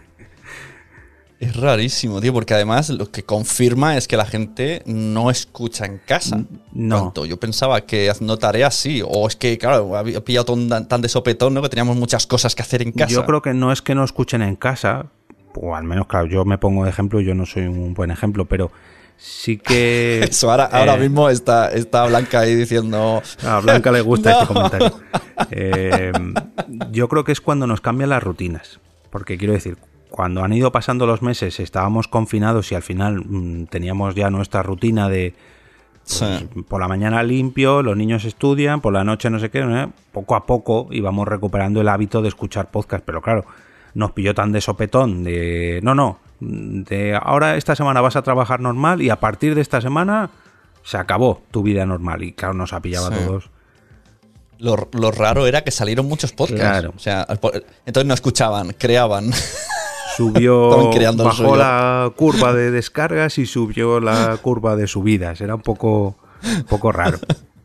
Es rarísimo, tío, porque además lo que confirma es que la gente no escucha en casa. No. Tanto. Yo pensaba que haciendo tareas sí, o es que, claro, había pillado tan, tan de sopetón, ¿no? Que teníamos muchas cosas que hacer en casa. Yo creo que no es que no escuchen en casa, o al menos, claro, yo me pongo de ejemplo, yo no soy un buen ejemplo, pero sí que... Eso, ahora, eh, ahora mismo está, está Blanca ahí diciendo... A Blanca le gusta no. este comentario. Eh, yo creo que es cuando nos cambian las rutinas, porque quiero decir... Cuando han ido pasando los meses, estábamos confinados y al final mmm, teníamos ya nuestra rutina de pues, sí. por la mañana limpio, los niños estudian, por la noche no sé qué, ¿eh? Poco a poco íbamos recuperando el hábito de escuchar podcast, pero claro, nos pilló tan de sopetón de no, no, de ahora esta semana vas a trabajar normal y a partir de esta semana se acabó tu vida normal y claro, nos ha pillado sí. a todos. Lo, lo raro era que salieron muchos podcasts, claro. O sea, entonces no escuchaban, creaban. Subió, bajó la curva de descargas y subió la curva de subidas. Era un poco, un poco raro.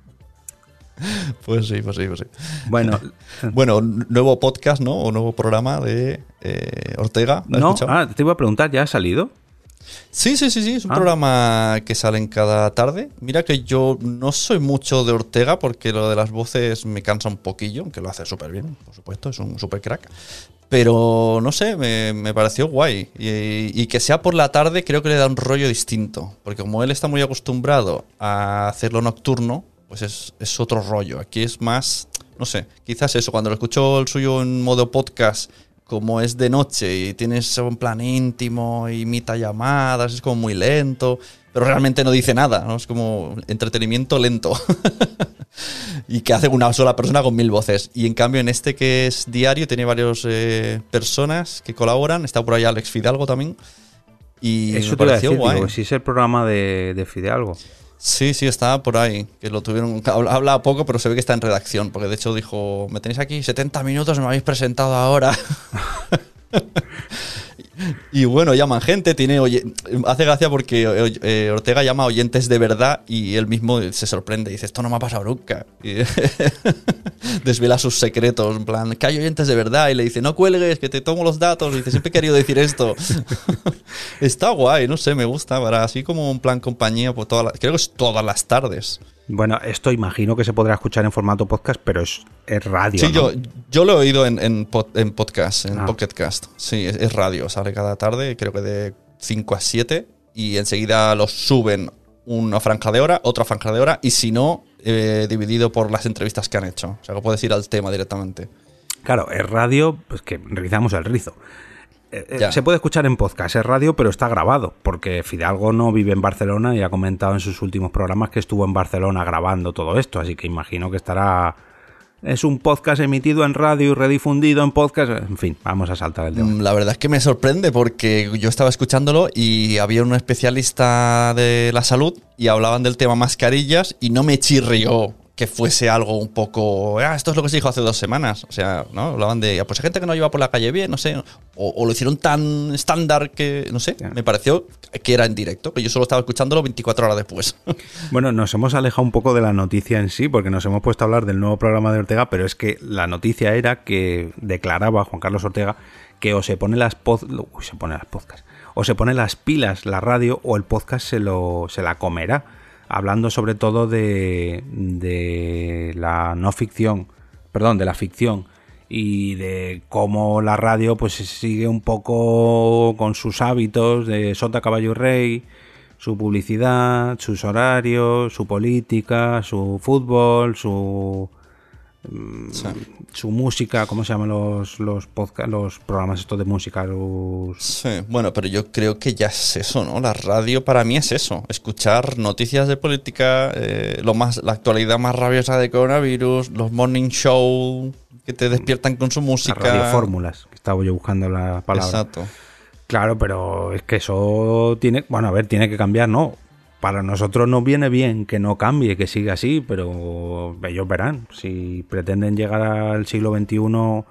Pues sí, pues sí, pues sí. Bueno, bueno, nuevo podcast, ¿no? O nuevo programa de eh, Ortega. ¿Lo has no, escuchado? Ah, te iba a preguntar, ¿ya ha salido? Sí, sí, sí, sí. Es un ah. programa que salen cada tarde. Mira que yo no soy mucho de Ortega porque lo de las voces me cansa un poquillo, aunque lo hace súper bien, por supuesto, es un súper crack. Pero no sé, me, me pareció guay. Y, y que sea por la tarde creo que le da un rollo distinto. Porque como él está muy acostumbrado a hacerlo nocturno, pues es, es otro rollo. Aquí es más, no sé, quizás eso. Cuando lo escucho el suyo en modo podcast, como es de noche y tienes un plan íntimo, imita llamadas, es como muy lento. Pero realmente no dice nada, ¿no? Es como entretenimiento lento. Y que hace una sola persona con mil voces. Y en cambio en este que es diario tiene varias eh, personas que colaboran. Está por ahí Alex Fidalgo también. Y eso me te pareció iba a decir, guay. Digo, si es el programa de, de Fidalgo. Sí, sí, está por ahí. Que lo tuvieron. Habla poco, pero se ve que está en redacción. Porque de hecho dijo: me tenéis aquí setenta minutos, me habéis presentado ahora. Y bueno, llaman gente, tiene oye, hace gracia porque eh, Ortega llama a oyentes de verdad y él mismo se sorprende y dice, esto no me ha pasado nunca. Y desvela sus secretos, en plan, que hay oyentes de verdad, y le dice, no cuelgues, que te tomo los datos, y dice, siempre he querido decir esto. Está guay, no sé, me gusta, para así como un plan compañía, pues toda la, creo que es todas las tardes. Bueno, esto imagino que se podrá escuchar en formato podcast, pero es, es radio, Sí, ¿no? yo, yo lo he oído en, en, pod, en podcast, en ah. Pocketcast. Sí, es, es radio, sale cada tarde, creo que de cinco a siete, y enseguida los suben una franja de hora, otra franja de hora, y si no, eh, dividido por las entrevistas que han hecho. O sea, que puedes ir al tema directamente. Claro, es radio, pues que rizamos el rizo. Eh, se puede escuchar en podcast, es radio, pero está grabado, porque Fidalgo no vive en Barcelona y ha comentado en sus últimos programas que estuvo en Barcelona grabando todo esto, así que imagino que estará... Es un podcast emitido en radio y redifundido en podcast, en fin, vamos a saltar el tema. La verdad es que me sorprende porque yo estaba escuchándolo y había un especialista de la salud y hablaban del tema mascarillas y no me chirrió que fuese algo un poco, ah, esto es lo que se dijo hace dos semanas. O sea, ¿no? Hablaban de, pues hay gente que no lleva por la calle bien, no sé. O, o lo hicieron tan estándar que, no sé, me pareció que era en directo, que yo solo estaba escuchándolo veinticuatro horas después. Bueno, nos hemos alejado un poco de la noticia en sí, porque nos hemos puesto a hablar del nuevo programa de Ortega, pero es que la noticia era que declaraba Juan Carlos Ortega que o se pone las pod, uy, se pone las podcasts, o se pone las pilas la radio o el podcast se lo se la comerá. Hablando sobre todo de, de la no ficción, perdón, de la ficción y de cómo la radio pues sigue un poco con sus hábitos de sota, caballo y rey, su publicidad, sus horarios, su política, su fútbol, su sí. su música, ¿cómo se llaman los los podcast, los programas estos de música? Los... Sí, bueno, pero yo creo que ya es eso, ¿no? La radio para mí es eso, escuchar noticias de política, eh, lo más, la actualidad más rabiosa de coronavirus, los morning show que te despiertan con su música. Las radiofórmulas, que estaba yo buscando la palabra. Exacto. Claro, pero es que eso tiene, bueno, a ver, tiene que cambiar, ¿no? Para nosotros nos viene bien que no cambie, que siga así, pero ellos verán. Si pretenden llegar al siglo veintiuno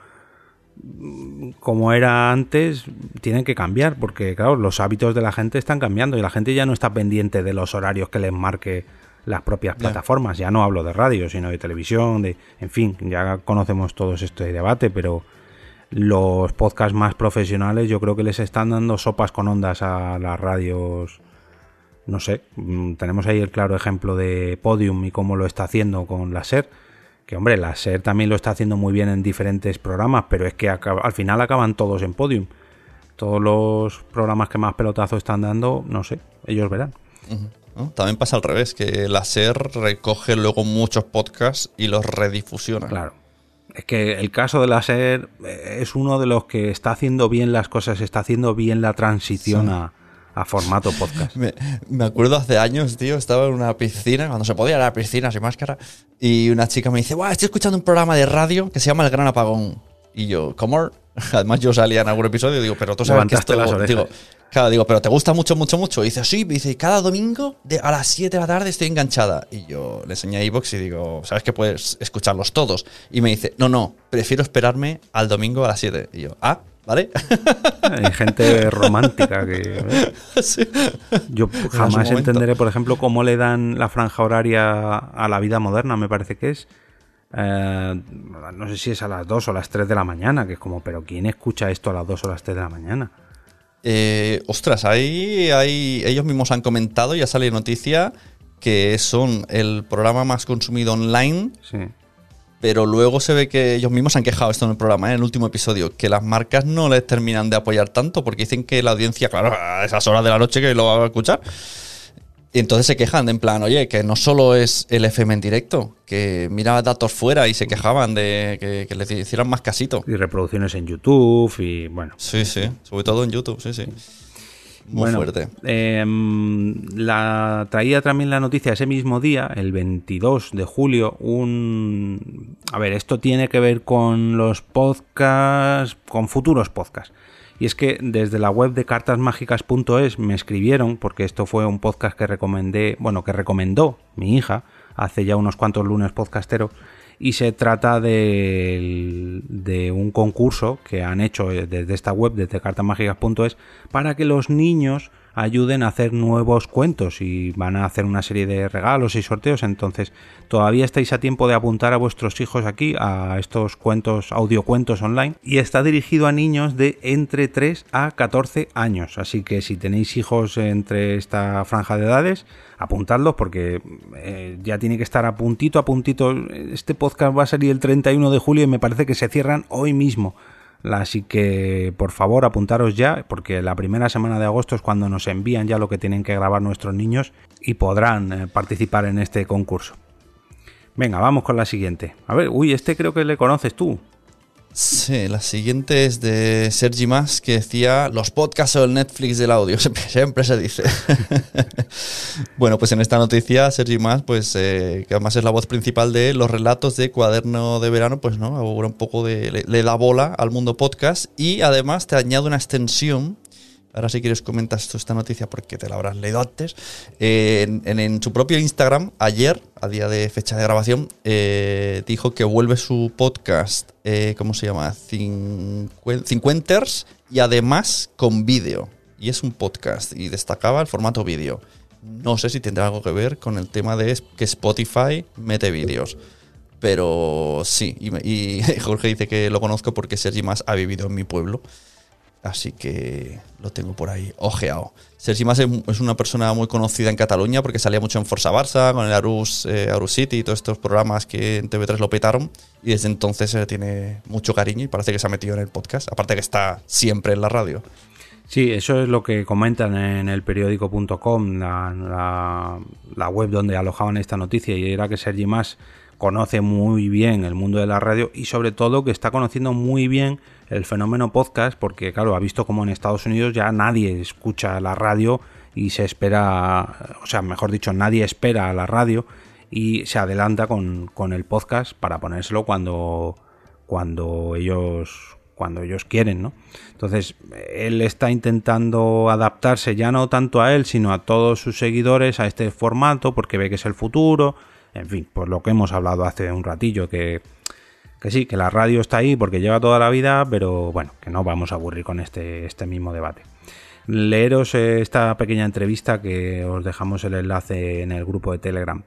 como era antes, tienen que cambiar, porque claro, los hábitos de la gente están cambiando y la gente ya no está pendiente de los horarios que les marque las propias yeah. plataformas. Ya no hablo de radio, sino de televisión, de, en fin, ya conocemos todos este debate, pero los podcasts más profesionales yo creo que les están dando sopas con ondas a las radios. No sé, tenemos ahí el claro ejemplo de Podium y cómo lo está haciendo con la SER, que hombre, la SER también lo está haciendo muy bien en diferentes programas, pero es que acaba, al final acaban todos en Podium. Todos los programas que más pelotazo están dando, no sé, ellos verán. Uh-huh. ¿No? También pasa al revés, que la SER recoge luego muchos podcasts y los redifusiona. Claro. Es que el caso de la SER es uno de los que está haciendo bien las cosas, está haciendo bien la transición sí. a, a formato podcast. Me, me acuerdo hace años, tío, estaba en una piscina, cuando se podía ir a la piscina sin máscara, y una chica me dice, ¡guau! Estoy escuchando un programa de radio que se llama El Gran Apagón. Y yo, ¿cómo? Además yo salía en algún episodio y digo, pero tú sabes que esto... las orejas. Digo, claro, digo, pero ¿te gusta mucho, mucho, mucho? Y dice, sí, me dice, cada domingo de, a las siete de la tarde estoy enganchada. Y yo le enseñé a iVoox y digo, ¿sabes que puedes escucharlos todos? Y me dice, no, no, prefiero esperarme al domingo a las siete. Y yo, ah, ¿vale? Hay gente romántica que... ¿eh? Sí. Yo jamás entenderé, por ejemplo, cómo le dan la franja horaria a La Vida Moderna, me parece que es. Eh, no sé si es a las dos o las tres de la mañana, que es como, pero ¿quién escucha esto a las dos o las tres de la mañana? Eh, ostras, ahí, ahí ellos mismos han comentado, ya sale noticia, que son el programa más consumido online. Sí. Pero luego se ve que ellos mismos han quejado esto en el programa, ¿eh? En el último episodio, que las marcas no les terminan de apoyar tanto porque dicen que la audiencia, claro, a esas horas de la noche que lo va a escuchar. Y entonces se quejan de en plan, oye, que no solo es el F M en directo, que mira datos fuera y se quejaban de que, que les hicieran más casito. Y reproducciones en YouTube y bueno. Sí, sí, sobre todo en YouTube, sí, sí. Muy bueno, fuerte. Eh, la, traía también la noticia ese mismo día, el veintidós de julio, un... A ver, esto tiene que ver con los podcasts, con futuros podcasts. Y es que desde la web de cartas mágicas punto es me escribieron, porque esto fue un podcast que recomendé, bueno, que recomendó mi hija hace ya unos cuantos lunes podcasteros, y se trata de, de un concurso que han hecho desde esta web, desde cartas mágicas punto es, para que los niños ayuden a hacer nuevos cuentos y van a hacer una serie de regalos y sorteos. Entonces todavía estáis a tiempo de apuntar a vuestros hijos aquí a estos cuentos, audiocuentos online, y está dirigido a niños de entre tres a catorce años, así que si tenéis hijos entre esta franja de edades, apuntadlos porque eh, ya tiene que estar a puntito a puntito. Este podcast va a salir el treinta y uno de julio y me parece que se cierran hoy mismo. Así que por favor apuntaros ya, porque la primera semana de agosto es cuando nos envían ya lo que tienen que grabar nuestros niños y podrán eh, participar en este concurso. Venga, vamos con la siguiente. A ver, uy, este creo que le conoces tú. Sí, la siguiente es de Sergi Mas, que decía los podcasts o el Netflix del audio, siempre, siempre se dice. Bueno, pues en esta noticia Sergi Mas, pues eh, que además es la voz principal de los relatos de Cuaderno de Verano, pues no, ahora un poco de, le, le da bola al mundo podcast y además te añade una extensión. Ahora si quieres comentas tú esta noticia porque te la habrás leído antes. Eh, en, en, en su propio Instagram, ayer, a día de fecha de grabación, eh, dijo que vuelve su podcast, eh, ¿cómo se llama? Cincuenters, y además con vídeo. Y es un podcast y destacaba el formato vídeo. No sé si tendrá algo que ver con el tema de que Spotify mete vídeos. Pero sí, y, y Jorge dice que lo conozco porque Sergi Mas ha vivido en mi pueblo. Así que lo tengo por ahí ojeado. Sergi Mas es una persona muy conocida en Cataluña porque salía mucho en Forza Barça, con el Arús, eh, Arús City y todos estos programas que en T V tres lo petaron. Y desde entonces eh, tiene mucho cariño y parece que se ha metido en el podcast. Aparte que está siempre en la radio. Sí, eso es lo que comentan en el periódico punto com, la, la, la web donde alojaban esta noticia, y era que Sergi Mas conoce muy bien el mundo de la radio y sobre todo que está conociendo muy bien el fenómeno podcast, porque claro, ha visto como en Estados Unidos ya nadie escucha la radio y se espera, o sea, mejor dicho, nadie espera a la radio y se adelanta con, con el podcast para ponérselo cuando, cuando ellos cuando ellos quieren, ¿no? Entonces, él está intentando adaptarse ya no tanto a él, sino a todos sus seguidores a este formato, porque ve que es el futuro. En fin, por lo que hemos hablado hace un ratillo, que, que sí, que la radio está ahí porque lleva toda la vida, pero bueno, que no vamos a aburrir con este, este mismo debate. Leeros esta pequeña entrevista que os dejamos el enlace en el grupo de Telegram.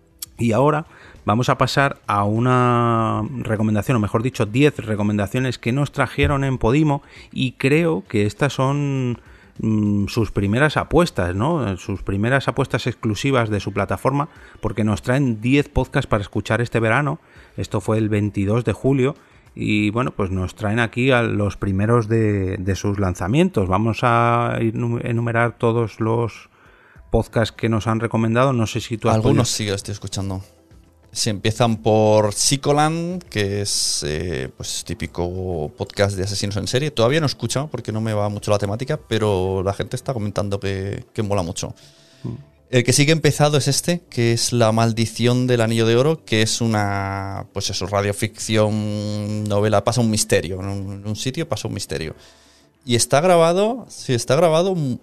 Y ahora vamos a pasar a una recomendación, o mejor dicho, diez recomendaciones que nos trajeron en Podimo, y creo que estas son mmm, sus primeras apuestas, ¿no? Sus primeras apuestas exclusivas de su plataforma, porque nos traen diez podcasts para escuchar este verano. Esto fue el veintidós de julio y bueno, pues nos traen aquí a los primeros de, de sus lanzamientos. Vamos a enumerar todos los podcasts que nos han recomendado. No sé si tú has Algunos podido... sí que estoy escuchando. Se empiezan por Psicoland, que es eh, pues típico podcast de asesinos en serie. Todavía no he escuchado porque no me va mucho la temática, pero la gente está comentando que, que mola mucho. Mm. El que sí que he empezado es este, que es La Maldición del Anillo de Oro, que es una, pues eso, radioficción, novela, pasa un misterio. En un, en un sitio pasa un misterio. Y está grabado, sí, está grabado muy,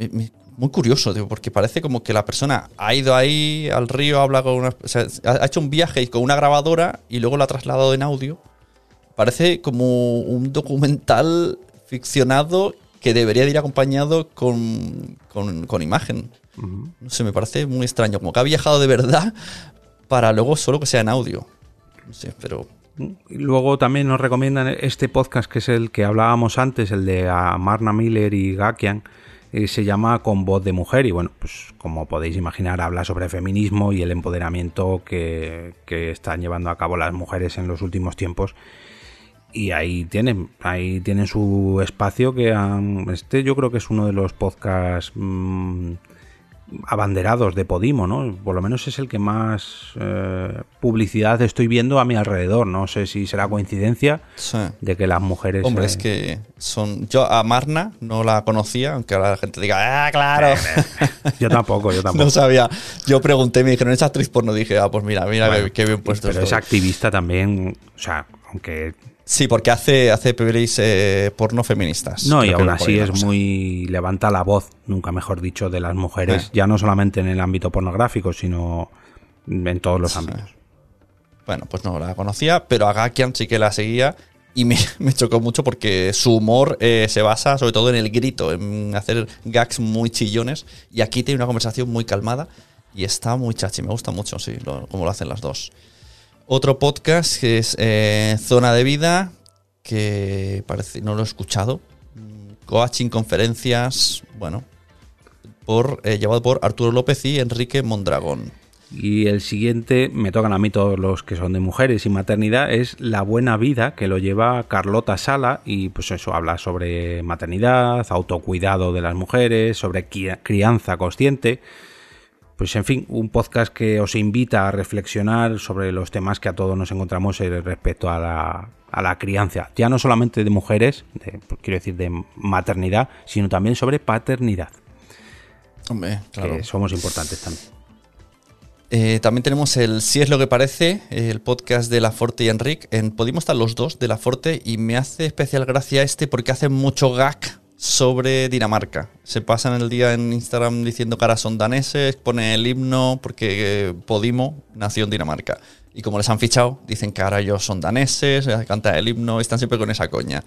muy curioso, tío, porque parece como que la persona ha ido ahí al río, habla con una, o sea, ha hecho un viaje con una grabadora y luego lo ha trasladado en audio. Parece como un documental ficcionado que debería de ir acompañado con, con, con imagen. Uh-huh. No sé, me parece muy extraño, como que ha viajado de verdad para luego solo que sea en audio. No sé, pero... Luego también nos recomiendan este podcast, que es el que hablábamos antes, el de Marna Miller y Gakian. Eh, se llama Con Voz de Mujer y bueno, pues como podéis imaginar, habla sobre feminismo y el empoderamiento que, que están llevando a cabo las mujeres en los últimos tiempos. Y ahí tienen, ahí tienen su espacio, que han, este yo creo que es uno de los podcasts mmm, abanderados de Podimo, ¿no? Por lo menos es el que más eh, publicidad estoy viendo a mi alrededor. No sé si será coincidencia sí. de que las mujeres... Hombre, eh... es que son... Yo a Marna no la conocía, aunque ahora la gente diga, ¡ah, claro! yo tampoco, yo tampoco. No sabía. Yo pregunté, me dijeron, ¿es actriz porno? Dije, ah, pues mira, mira bueno, qué, qué bien puesto. Pero es activista también, o sea, aunque... Sí, porque hace, hace pelis eh, porno feministas. No, y aún así es cosa. muy... levanta la voz, nunca mejor dicho, de las mujeres, eh. ya no solamente en el ámbito pornográfico, sino en todos los sí. ámbitos. Bueno, pues no la conocía, pero a Gakian sí que la seguía y me, me chocó mucho porque su humor eh, se basa sobre todo en el grito, en hacer gags muy chillones, y aquí tiene una conversación muy calmada y está muy chachi, me gusta mucho, sí, lo, como lo hacen las dos. Otro podcast que es eh, Zona de Vida, que parece no lo he escuchado. Coaching, conferencias, bueno, por eh, llevado por Arturo López y Enrique Mondragón. Y el siguiente, me tocan a mí todos los que son de mujeres y maternidad, es La Buena Vida, que lo lleva Carlota Sala, y pues eso, habla sobre maternidad, autocuidado de las mujeres, sobre crianza consciente. Pues en fin, un podcast que os invita a reflexionar sobre los temas que a todos nos encontramos respecto a la, a la crianza. Ya no solamente de mujeres, de, quiero decir de maternidad, sino también sobre paternidad. Hombre, claro. Que somos importantes también. Eh, también tenemos el Si es lo que parece, el podcast de Laforte y Enric. En Podimo están los dos de Laforte y me hace especial gracia este porque hace mucho gag sobre Dinamarca. Se pasan el día en Instagram diciendo que ahora son daneses, pone el himno porque Podimo nació en Dinamarca. Y como les han fichado, dicen que ahora ellos son daneses, cantan el himno, están siempre con esa coña.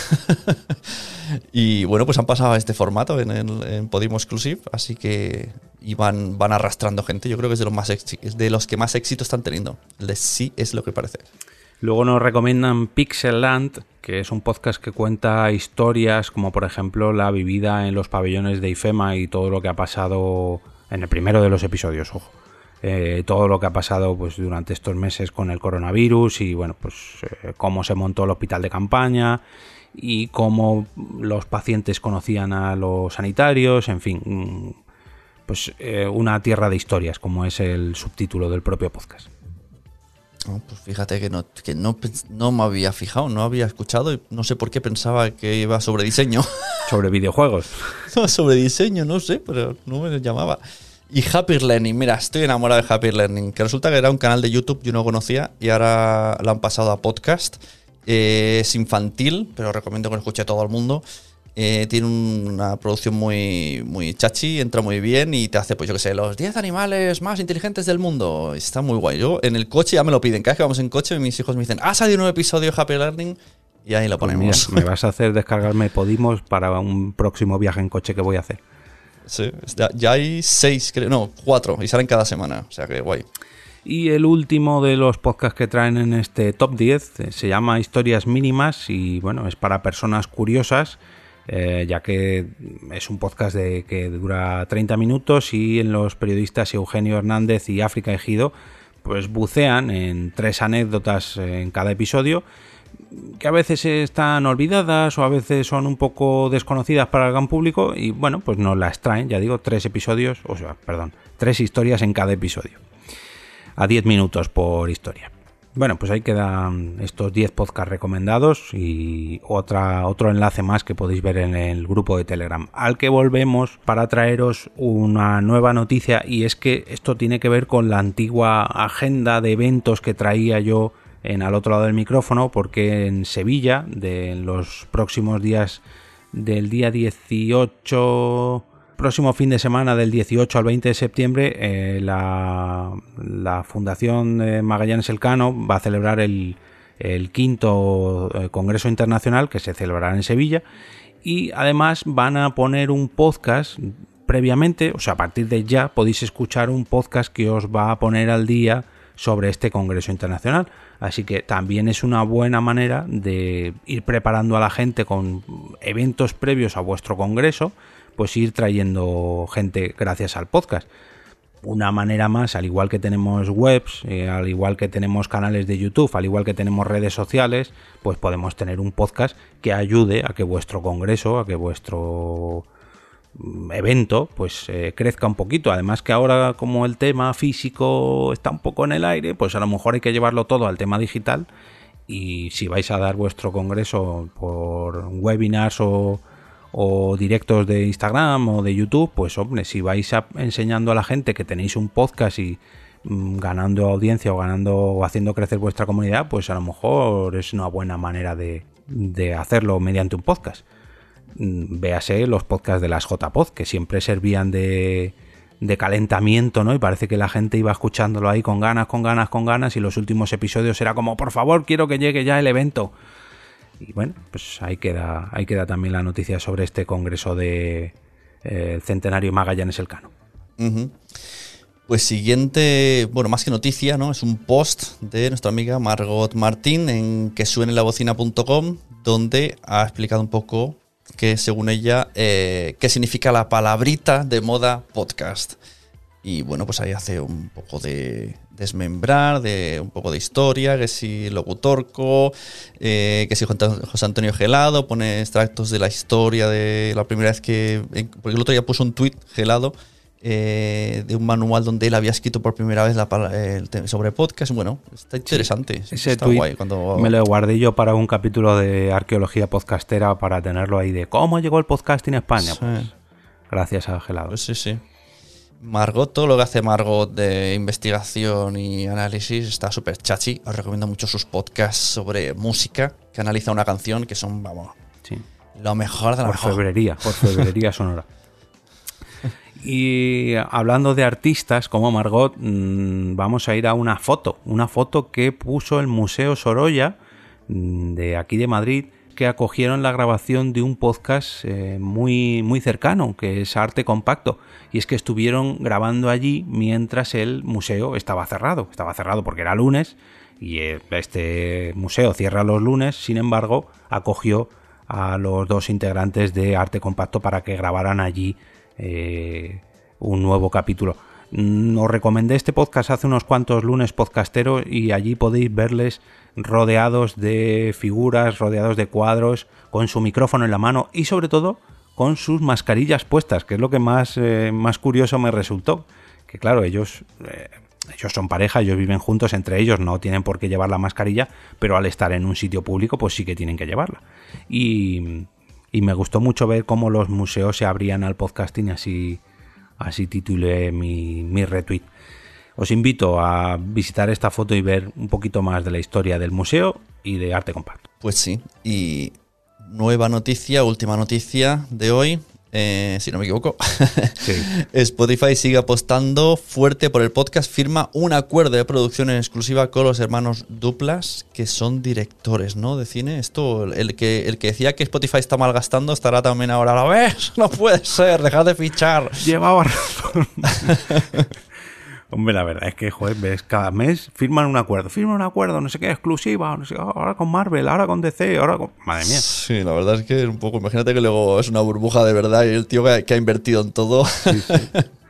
Y bueno, pues han pasado a este formato en, el, en Podimo Exclusive, así que y van, van arrastrando gente. Yo creo que es de los, más de los que más éxito están teniendo. El de Sí es lo que parece. Luego nos recomiendan Pixelland, que es un podcast que cuenta historias como por ejemplo la vivida en los pabellones de IFEMA y todo lo que ha pasado en el primero de los episodios, ojo. Eh, todo lo que ha pasado pues durante estos meses con el coronavirus y bueno, pues eh, cómo se montó el hospital de campaña y cómo los pacientes conocían a los sanitarios, en fin, pues eh, una tierra de historias, como es el subtítulo del propio podcast. Oh, pues fíjate que no, que no, no me había fijado, no había escuchado y no sé por qué pensaba que iba sobre diseño. Sobre videojuegos. No, sobre diseño, no sé, pero no me llamaba. Y Happy Learning, mira, estoy enamorado de Happy Learning, que resulta que era un canal de YouTube, yo no conocía, y ahora lo han pasado a podcast. Eh, es infantil, pero recomiendo que lo escuche a todo el mundo. Eh, tiene una producción muy, muy chachi, entra muy bien y te hace, pues yo qué sé, los diez animales más inteligentes del mundo. Está muy guay. Yo en el coche ya me lo piden. Cada vez que vamos en coche, mis hijos me dicen, ha salido un nuevo episodio de Happy Learning y ahí lo ponemos. Pues mira, me vas a hacer descargarme Podimos para un próximo viaje en coche que voy a hacer. Sí, ya, ya hay seis, creo, no, cuatro y salen cada semana. O sea que guay. Y el último de los podcasts que traen en este top diez se llama Historias Mínimas y bueno, es para personas curiosas. Eh, ya que es un podcast de, que dura treinta minutos y en los periodistas Eugenio Hernández y África Ejido pues bucean en tres anécdotas en cada episodio que a veces están olvidadas o a veces son un poco desconocidas para el gran público y bueno, pues nos las traen, ya digo, tres episodios, o sea, perdón, tres historias en cada episodio, a diez minutos por historia. Bueno, pues ahí quedan estos diez podcasts recomendados y otra, otro enlace más que podéis ver en el grupo de Telegram, al que volvemos para traeros una nueva noticia, y es que esto tiene que ver con la antigua agenda de eventos que traía yo en al otro lado del micrófono, porque en Sevilla, de los próximos días del día dieciocho... próximo fin de semana del dieciocho al veinte de septiembre, eh, la, la Fundación eh, Magallanes Elcano va a celebrar el, el quinto eh, Congreso Internacional que se celebrará en Sevilla, y además van a poner un podcast previamente, o sea, a partir de ya podéis escuchar un podcast que os va a poner al día sobre este Congreso Internacional. Así que también es una buena manera de ir preparando a la gente con eventos previos a vuestro congreso, pues ir trayendo gente gracias al podcast. Una manera más, al igual que tenemos webs, eh, al igual que tenemos canales de YouTube, al igual que tenemos redes sociales, pues podemos tener un podcast que ayude a que vuestro congreso, a que vuestro evento pues eh, crezca un poquito. Además que ahora, como el tema físico está un poco en el aire, pues a lo mejor hay que llevarlo todo al tema digital, y si vais a dar vuestro congreso por webinars o o directos de Instagram o de YouTube, pues hombre, si vais a, enseñando a la gente que tenéis un podcast y mmm, ganando audiencia o ganando o haciendo crecer vuestra comunidad, pues a lo mejor es una buena manera de, de hacerlo mediante un podcast. Véase los podcasts de las J Pod, que siempre servían de, de calentamiento, ¿no? Y parece que la gente iba escuchándolo ahí con ganas, con ganas, con ganas, y los últimos episodios era como, por favor, quiero que llegue ya el evento. Y bueno, pues ahí queda, ahí queda también la noticia sobre este congreso de eh, Centenario Magallanes Elcano. Uh-huh. Pues siguiente, bueno, más que noticia, ¿no? Es un post de nuestra amiga Margot Martín en que suene la bocina punto com, donde ha explicado un poco que, según ella, eh, qué significa la palabrita de moda podcast. Y bueno, pues ahí hace un poco de desmembrar, de un poco de historia, que si Locutorco, eh, que si José Antonio Gelado, pone extractos de la historia de la primera vez que... Porque el otro día puso un tuit, Gelado, eh, de un manual donde él había escrito por primera vez la, el tema sobre podcast. Bueno, está interesante. Sí, ese está tuit guay. Cuando... me lo guardé yo para un capítulo de arqueología podcastera, para tenerlo ahí de cómo llegó el podcasting a España. Sí. Pues gracias a Gelado. Pues sí, sí. Margot, todo lo que hace Margot de investigación y análisis está súper chachi. Os recomiendo mucho sus podcasts sobre música, que analiza una canción, que son, vamos, sí, lo mejor de la por mejor. Febrería, por febrería sonora. Y hablando de artistas como Margot, mmm, vamos a ir a una foto, una foto que puso el Museo Sorolla mmm, de aquí de Madrid, que acogieron la grabación de un podcast eh, muy, muy cercano, que es Arte Compacto. Y es que estuvieron grabando allí mientras el museo estaba cerrado. Estaba cerrado porque era lunes Y eh, este museo cierra los lunes, sin embargo, acogió a los dos integrantes de Arte Compacto para que grabaran allí eh, un nuevo capítulo. Os recomendé este podcast hace unos cuantos lunes podcasteros y allí podéis verles rodeados de figuras, rodeados de cuadros, con su micrófono en la mano y sobre todo con sus mascarillas puestas, que es lo que más, eh, más curioso me resultó. Que claro, ellos, eh, ellos son pareja, ellos viven juntos, entre ellos no tienen por qué llevar la mascarilla, pero al estar en un sitio público pues sí que tienen que llevarla. Y, y me gustó mucho ver cómo los museos se abrían al podcasting, así... Así titulé mi, mi retweet. Os invito a visitar esta foto y ver un poquito más de la historia del museo y de Arte Compacto. Pues sí, y nueva noticia, última noticia de hoy, eh, si no me equivoco. Sí. Spotify sigue apostando fuerte por el podcast, firma un acuerdo de producción en exclusiva con los hermanos Duplas, que son directores, ¿no?, de cine. Esto, el que, el que decía que Spotify está malgastando estará también ahora, ¿lo ves? No puede ser, dejad de fichar. Llevaba razón. Hombre, la verdad es que, joder, ves, cada mes firman un acuerdo, firman un acuerdo, no sé qué, exclusiva, no sé, ahora con Marvel, ahora con D C, ahora con... Madre mía. Sí, la verdad es que un poco, imagínate que luego es una burbuja de verdad y el tío que ha, que ha invertido en todo. Sí, sí.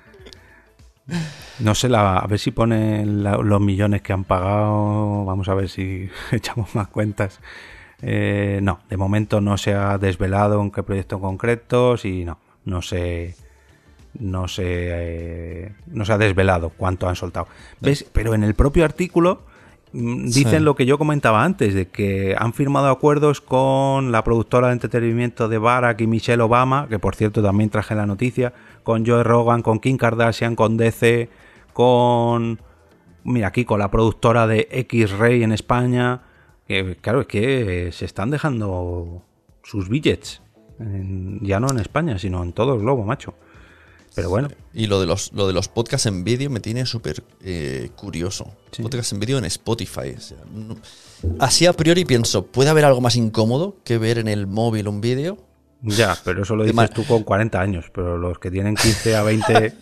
No sé, la, a ver si ponen la, los millones que han pagado, vamos a ver si echamos más cuentas. Eh, no, de momento no se ha desvelado en qué proyecto en concreto, y no, no sé... No se, eh, no se ha desvelado cuánto han soltado. ¿Ves? Pero en el propio artículo mm, dicen sí. Lo que yo comentaba antes, de que han firmado acuerdos con la productora de entretenimiento de Barack y Michelle Obama, que por cierto también traje la noticia, con Joe Rogan, con Kim Kardashian, con D C, con... Mira, aquí con la productora de X-Ray en España. Que, claro, es que se están dejando sus billets. En, ya no en España, sino en todo el globo, macho. Pero bueno. Y lo de los, lo de los podcasts en vídeo me tiene súper eh, curioso. Sí. Podcasts en vídeo en Spotify. O sea, no, así a priori pienso, ¿puede haber algo más incómodo que ver en el móvil un vídeo? Ya, pero eso lo dices tú con cuarenta años. Pero los que tienen quince a veinte...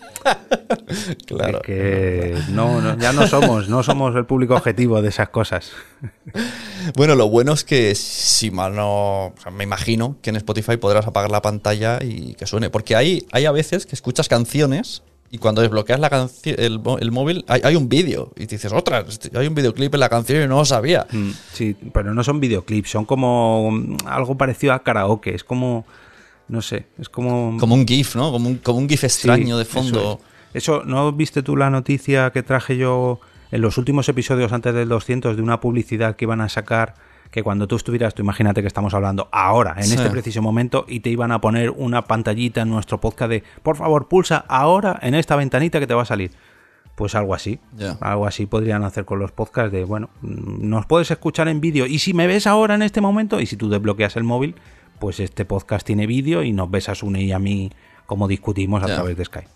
Claro. Es que no, no, ya no somos, no somos el público objetivo de esas cosas. Bueno, lo bueno es que si mal no... O sea, me imagino que en Spotify podrás apagar la pantalla y que suene. Porque hay, hay a veces que escuchas canciones y cuando desbloqueas la canción, el, el móvil, hay, hay un vídeo. Y te dices, ostras, hay un videoclip en la canción y no lo sabía. Sí, pero no son videoclips, son como algo parecido a karaoke. Es como... No sé, es como... Como un GIF, ¿no? Como un, como un GIF extraño sí, de fondo. Eso, es. Eso, ¿no viste tú la noticia que traje yo en los últimos episodios antes del doscientos de una publicidad que iban a sacar, que cuando tú estuvieras, tú imagínate que estamos hablando ahora, en sí. este preciso momento, y te iban a poner una pantallita en nuestro podcast de, por favor, pulsa ahora en esta ventanita que te va a salir? Pues algo así, yeah. algo así podrían hacer con los podcasts de, bueno, nos puedes escuchar en vídeo, y si me ves ahora en este momento, y si tú desbloqueas el móvil, pues este podcast tiene vídeo y nos ves a Sune y a mí como discutimos a yeah. través de Skype.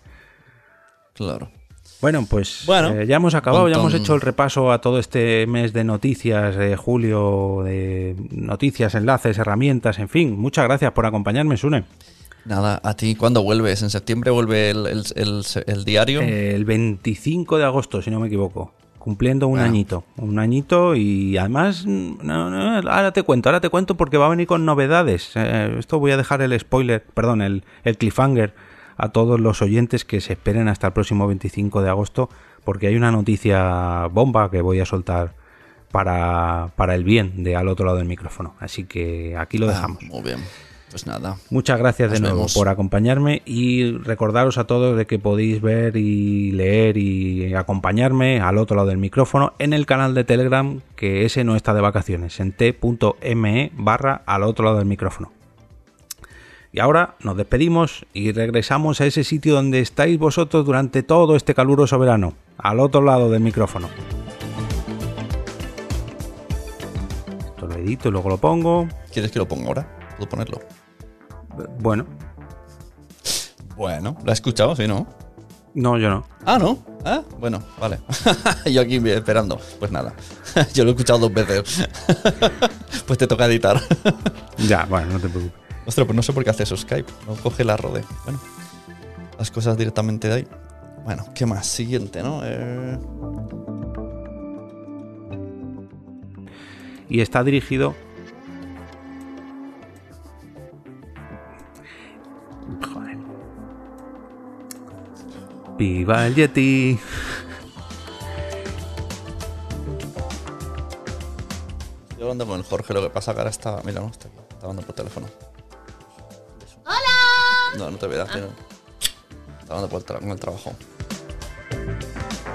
Claro. Bueno, pues bueno, eh, ya hemos acabado, montón. Ya hemos hecho el repaso a todo este mes de noticias de julio, de noticias, enlaces, herramientas, en fin. Muchas gracias por acompañarme, Sune. Nada, ¿a ti cuándo vuelves? ¿En septiembre vuelve el, el, el, el diario? Eh, el veinticinco de agosto, si no me equivoco. Cumpliendo un ah. añito, un añito y además, no, no, ahora te cuento, ahora te cuento porque va a venir con novedades. Eh, esto voy a dejar el spoiler, perdón, el, el cliffhanger a todos los oyentes que se esperen hasta el próximo veinticinco de agosto porque hay una noticia bomba que voy a soltar para, para el bien de al otro lado del micrófono. Así que aquí lo dejamos. Ah, muy bien. Pues nada. Muchas gracias de nuevo por acompañarme y recordaros a todos de que podéis ver y leer y acompañarme al otro lado del micrófono en el canal de Telegram, que ese no está de vacaciones, en t.me barra al otro lado del micrófono. Y ahora nos despedimos y regresamos a ese sitio donde estáis vosotros durante todo este caluroso verano, al otro lado del micrófono. Esto lo edito y luego lo pongo. ¿Quieres que lo ponga ahora? ¿Puedo ponerlo? Bueno. Bueno, ¿la has escuchado? Sí, ¿no? No, yo no. Ah, ¿no? Ah, bueno, vale. Yo aquí esperando. Pues nada. Yo lo he escuchado dos veces. Pues te toca editar. Ya, bueno, no te preocupes. Ostras, pues no sé por qué hace eso Skype. No coge la rode. Bueno, las cosas directamente de ahí. Bueno, ¿qué más? Siguiente, ¿no? Eh... y está dirigido... Joder. ¡Viva el Yeti! Estoy hablando con el Jorge, lo que pasa que ahora está... Mira, no, está aquí, está hablando por teléfono. ¡Hola! No, no te veas, tío. Está hablando por el, tra- con el trabajo.